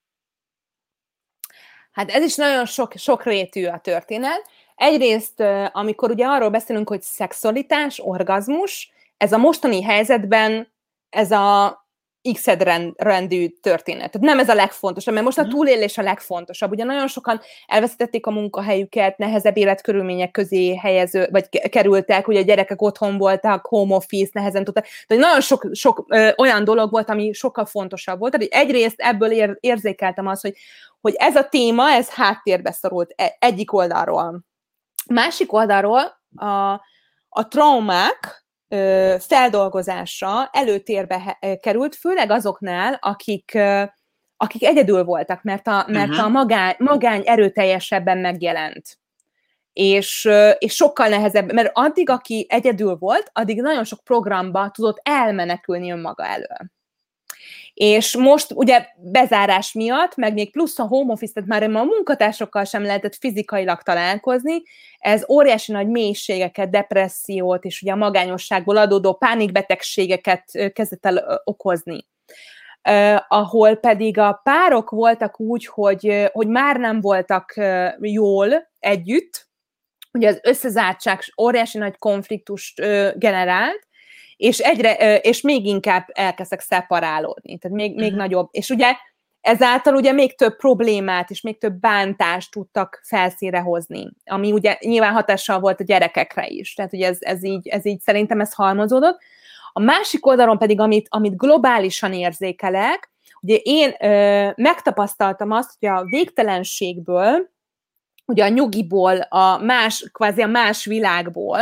Hát ez is nagyon sok, sokrétű a történet. Egyrészt, amikor ugye arról beszélünk, hogy szexualitás, orgazmus, ez a mostani helyzetben ez a x-ed rendű történet. Tehát nem ez a legfontosabb, mert most a túlélés a legfontosabb. Ugye nagyon sokan elveszítették a munkahelyüket, nehezebb életkörülmények közé helyező, vagy kerültek, ugye a gyerekek otthon voltak, home office, nehezen tudtak. Tehát nagyon sok, sok ö, olyan dolog volt, ami sokkal fontosabb volt. Tehát egyrészt ebből ér, érzékeltem azt, hogy, hogy ez a téma, ez háttérbe szorult egyik oldalról. Másik oldalról a, a traumák feldolgozása előtérbe került, főleg azoknál, akik, akik egyedül voltak, mert a, mert uh-huh. a magány, magány erőteljesebben megjelent. És, és sokkal nehezebb, mert addig, aki egyedül volt, addig nagyon sok programba tudott elmenekülni önmaga elől. És most ugye bezárás miatt, meg még plusz a home office, tehát már a munkatársokkal sem lehetett fizikailag találkozni, ez óriási nagy mélységeket, depressziót és ugye a magányosságból adódó pánikbetegségeket kezdett el okozni. Uh, ahol pedig a párok voltak úgy, hogy, hogy már nem voltak uh, jól együtt, ugye az összezártság óriási nagy konfliktust uh, generált, és egyre, és még inkább elkezdtek szeparálódni, tehát még, még uh-huh. nagyobb. És ugye ezáltal ugye még több problémát és még több bántást tudtak felszínre hozni, ami ugye nyilván hatással volt a gyerekekre is. Tehát ugye ez, ez, így, ez így szerintem ez halmozódott. A másik oldalon pedig, amit, amit globálisan érzékelek, ugye én ö, megtapasztaltam azt, hogy a végtelenségből, ugye a nyugiból, a más, kvázi a más világból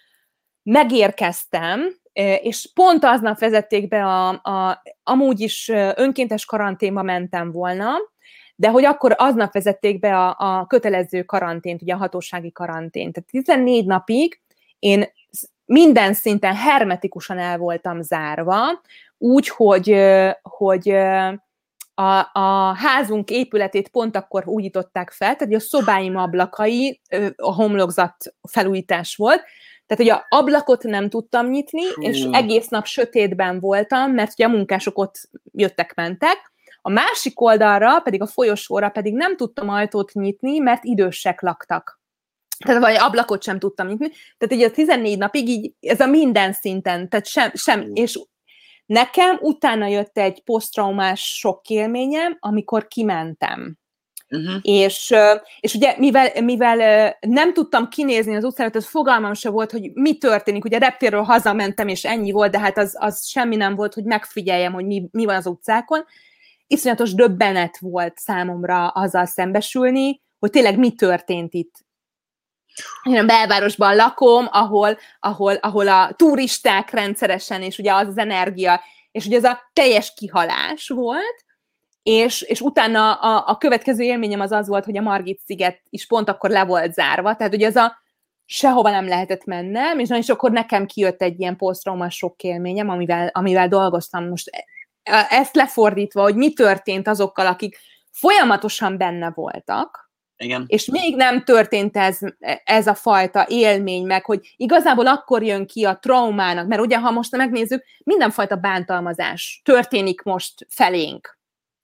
megérkeztem, és pont aznap vezették be a, a amúgy is önkéntes karanténba mentem volna, de hogy akkor aznap vezették be a, a kötelező karantént, ugye a hatósági karantént. Tehát tizennégy napig én minden szinten hermetikusan el voltam zárva, úgy, hogy, hogy a, a házunk épületét pont akkor újították fel, tehát a szobáim ablakai, a homlokzat felújítás volt, tehát, hogy a ablakot nem tudtam nyitni, Hú. és egész nap sötétben voltam, mert ugye a munkások ott jöttek-mentek. A másik oldalra, pedig a folyosóra pedig nem tudtam ajtót nyitni, mert idősek laktak. Tehát vagy ablakot sem tudtam nyitni. Tehát így a tizennégy napig így, ez a minden szinten, tehát sem, sem és nekem utána jött egy posztraumás sok élményem, amikor kimentem. Uh-huh. És, és ugye mivel, mivel nem tudtam kinézni az utcára, tehát fogalmam se volt, hogy mi történik, ugye reptérről hazamentem, és ennyi volt, de hát az, az semmi nem volt, hogy megfigyeljem, hogy mi, mi van az utcákon. Iszonyatos döbbenet volt számomra azzal szembesülni, hogy tényleg mi történt itt. Én a belvárosban lakom, ahol, ahol, ahol a turisták rendszeresen, és ugye az az energia, és ugye ez a teljes kihalás volt, És, és utána a, a következő élményem az az volt, hogy a Margit-sziget is pont akkor le volt zárva, tehát ugye ez a sehova nem lehetett mennem, és, és akkor nekem kijött egy ilyen posztraumas sok élményem, amivel, amivel dolgoztam most. Ezt lefordítva, hogy mi történt azokkal, akik folyamatosan benne voltak, Igen. és még nem történt ez, ez a fajta élmény meg, hogy igazából akkor jön ki a traumának, mert ugye, ha most megnézzük, mindenfajta bántalmazás történik most felénk.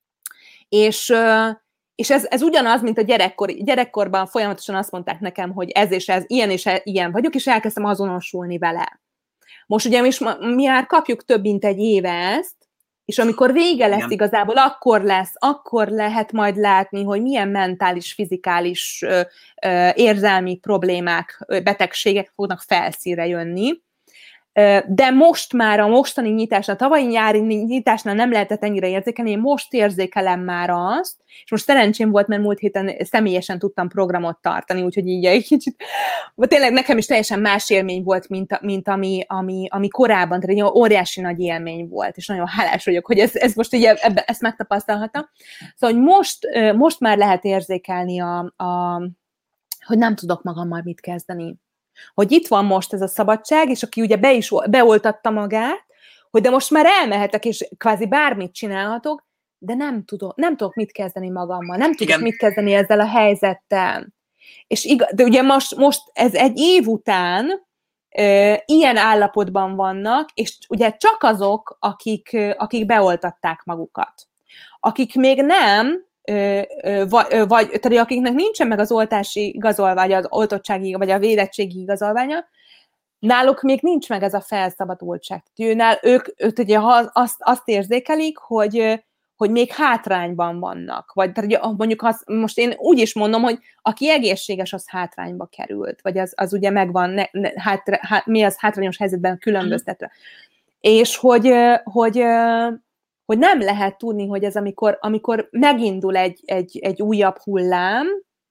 És, és ez, ez ugyanaz, mint a gyerekkor, gyerekkorban folyamatosan azt mondták nekem, hogy ez és ez, ilyen és ilyen vagyok, és elkezdtem azonosulni vele. Most ugye mi, mi már kapjuk több mint egy éve ezt, és amikor vége lesz Igen. igazából, akkor lesz, akkor lehet majd látni, hogy milyen mentális, fizikális, érzelmi problémák, betegségek fognak felszínre jönni. De most már a mostani nyitásnál, a tavalyi nyári nyitásnál nem lehetett ennyire érzékelni, én most érzékelem már azt, és most szerencsém volt, mert múlt héten személyesen tudtam programot tartani, úgyhogy így egy kicsit, tényleg nekem is teljesen más élmény volt, mint, mint ami, ami, ami korábban, tehát egy óriási nagy élmény volt, és nagyon hálás vagyok, hogy ez, ez most így ebbe, ezt megtapasztalhattam. Szóval, hogy most, most már lehet érzékelni, a, a, hogy nem tudok magammal mit kezdeni. Hogy itt van most ez a szabadság, és aki ugye be is beoltatta magát, hogy de most már elmehetek, és kvázi bármit csinálhatok, de nem tudok, nem tudok mit kezdeni magammal, nem tudok Igen. mit kezdeni ezzel a helyzettel. És igaz, de ugye most, most ez egy év után e, ilyen állapotban vannak, és ugye csak azok, akik, akik beoltatták magukat. Akik még nem, vagy, vagy tehát akiknek nincsen meg az oltási igazolványa, az oltottsági, vagy a védettségi igazolványa, náluk még nincs meg ez a felszabadultság. Tehát ők, ők ugye azt, azt érzékelik, hogy, hogy még hátrányban vannak. Vagy tehát mondjuk az, most én úgy is mondom, hogy aki egészséges, az hátrányba került, vagy az, az ugye megvan, ne, ne, hátra, hát, mi az hátrányos helyzetben különböztetve. Mm. És hogy, hogy hogy nem lehet tudni, hogy ez amikor, amikor megindul egy, egy, egy újabb hullám,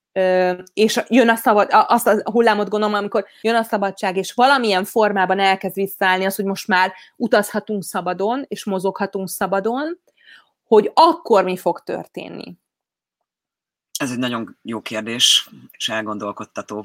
és jön a szabad, azt a hullámot gondolom, amikor jön a szabadság, és valamilyen formában elkezd visszaállni az, hogy most már utazhatunk szabadon, és mozoghatunk szabadon, hogy akkor mi fog történni? Ez egy nagyon jó kérdés, és elgondolkodtató.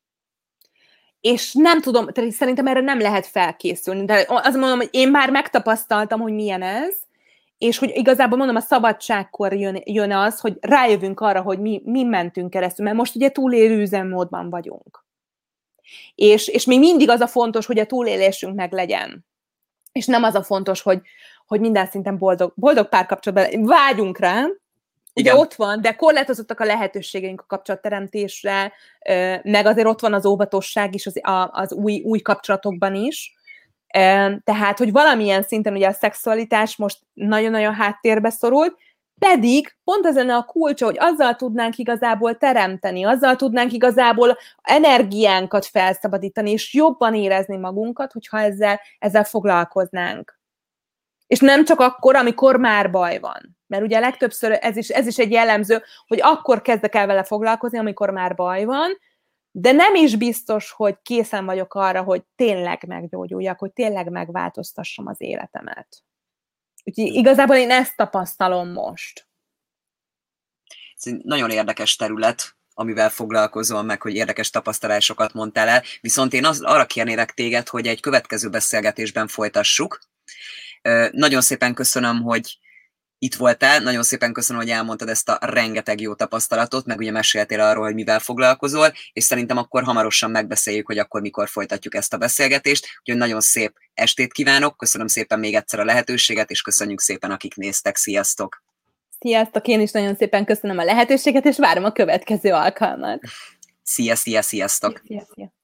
És nem tudom, tehát szerintem erre nem lehet felkészülni, de azt mondom, hogy én már megtapasztaltam, hogy milyen ez, és hogy igazából mondom, a szabadságkor jön, jön az, hogy rájövünk arra, hogy mi, mi mentünk keresztül, mert most ugye túlélő üzemmódban vagyunk. És, és még mindig az a fontos, hogy a túlélésünk meg legyen. És nem az a fontos, hogy, hogy minden szinten boldog, boldog párkapcsolatban vágyunk rá, ugye ott van, de korlátozottak a lehetőségeink a kapcsolatteremtésre, meg azért ott van az óvatosság is az, az új, új kapcsolatokban is. Tehát, hogy valamilyen szinten ugye a szexualitás most nagyon-nagyon háttérbe szorult, Pedig pont ez lenne a kulcsa, hogy azzal tudnánk igazából teremteni, azzal tudnánk igazából energiánkat felszabadítani, és jobban érezni magunkat, hogyha ezzel, ezzel foglalkoznánk. És nem csak akkor, amikor már baj van. Mert ugye legtöbbször ez is, ez is egy jellemző, hogy akkor kezdek el vele foglalkozni, amikor már baj van, de nem is biztos, hogy készen vagyok arra, hogy tényleg meggyógyuljak, hogy tényleg megváltoztassam az életemet. Úgyhogy igazából én ezt tapasztalom most. Ez egy nagyon érdekes terület, amivel foglalkozol, meg hogy érdekes tapasztalásokat mondtál el. Viszont én az, arra kérnélek téged, hogy egy következő beszélgetésben folytassuk. Nagyon szépen köszönöm, hogy itt voltál, nagyon szépen köszönöm, hogy elmondtad ezt a rengeteg jó tapasztalatot, meg ugye meséltél arról, hogy mivel foglalkozol, és szerintem akkor hamarosan megbeszéljük, hogy akkor mikor folytatjuk ezt a beszélgetést. Úgyhogy nagyon szép estét kívánok, köszönöm szépen még egyszer a lehetőséget, és köszönjük szépen, akik néztek. Sziasztok! Sziasztok! Én is nagyon szépen köszönöm a lehetőséget, és várom a következő alkalmat. Szia, szia, sziasztok! Szia, szia.